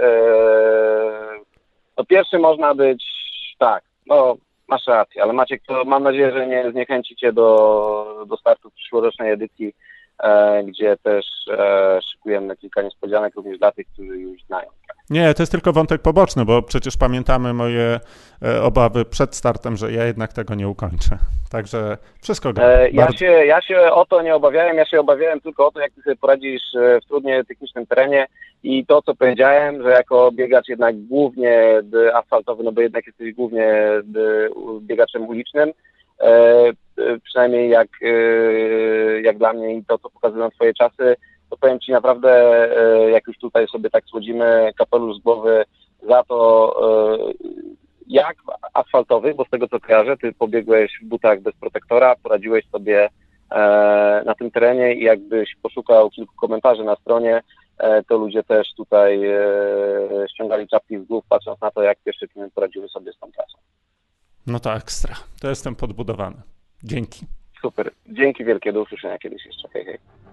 no pierwszy można być, tak, no masz rację, ale Maciek, to mam nadzieję, że nie zniechęcicie do startu przyszłorocznej edycji, gdzie też szykujemy kilka niespodzianek również dla tych, którzy już znają. Nie, to jest tylko wątek poboczny, bo przecież pamiętamy moje obawy przed startem, że ja jednak tego nie ukończę. Także wszystko gra. Ja się o to nie obawiałem, ja się obawiałem tylko o to, jak ty sobie poradzisz w trudnie technicznym terenie i to, co powiedziałem, że jako biegacz jednak głównie asfaltowy, no bo jednak jesteś głównie biegaczem ulicznym, przynajmniej jak dla mnie i to, co pokazują twoje czasy, to powiem ci naprawdę, jak już tutaj sobie tak słodzimy, kapelusz z głowy za to, jak asfaltowy, bo z tego co kojarzę, ty pobiegłeś w butach bez protektora, poradziłeś sobie na tym terenie i jakbyś poszukał kilku komentarzy na stronie, to ludzie też tutaj ściągali czapki z głów, patrząc na to, jak pierwsze teamy poradziły sobie z tą trasą. No to ekstra, to jestem podbudowany. Dzięki. Super, dzięki wielkie, do usłyszenia kiedyś jeszcze. Hej, hej.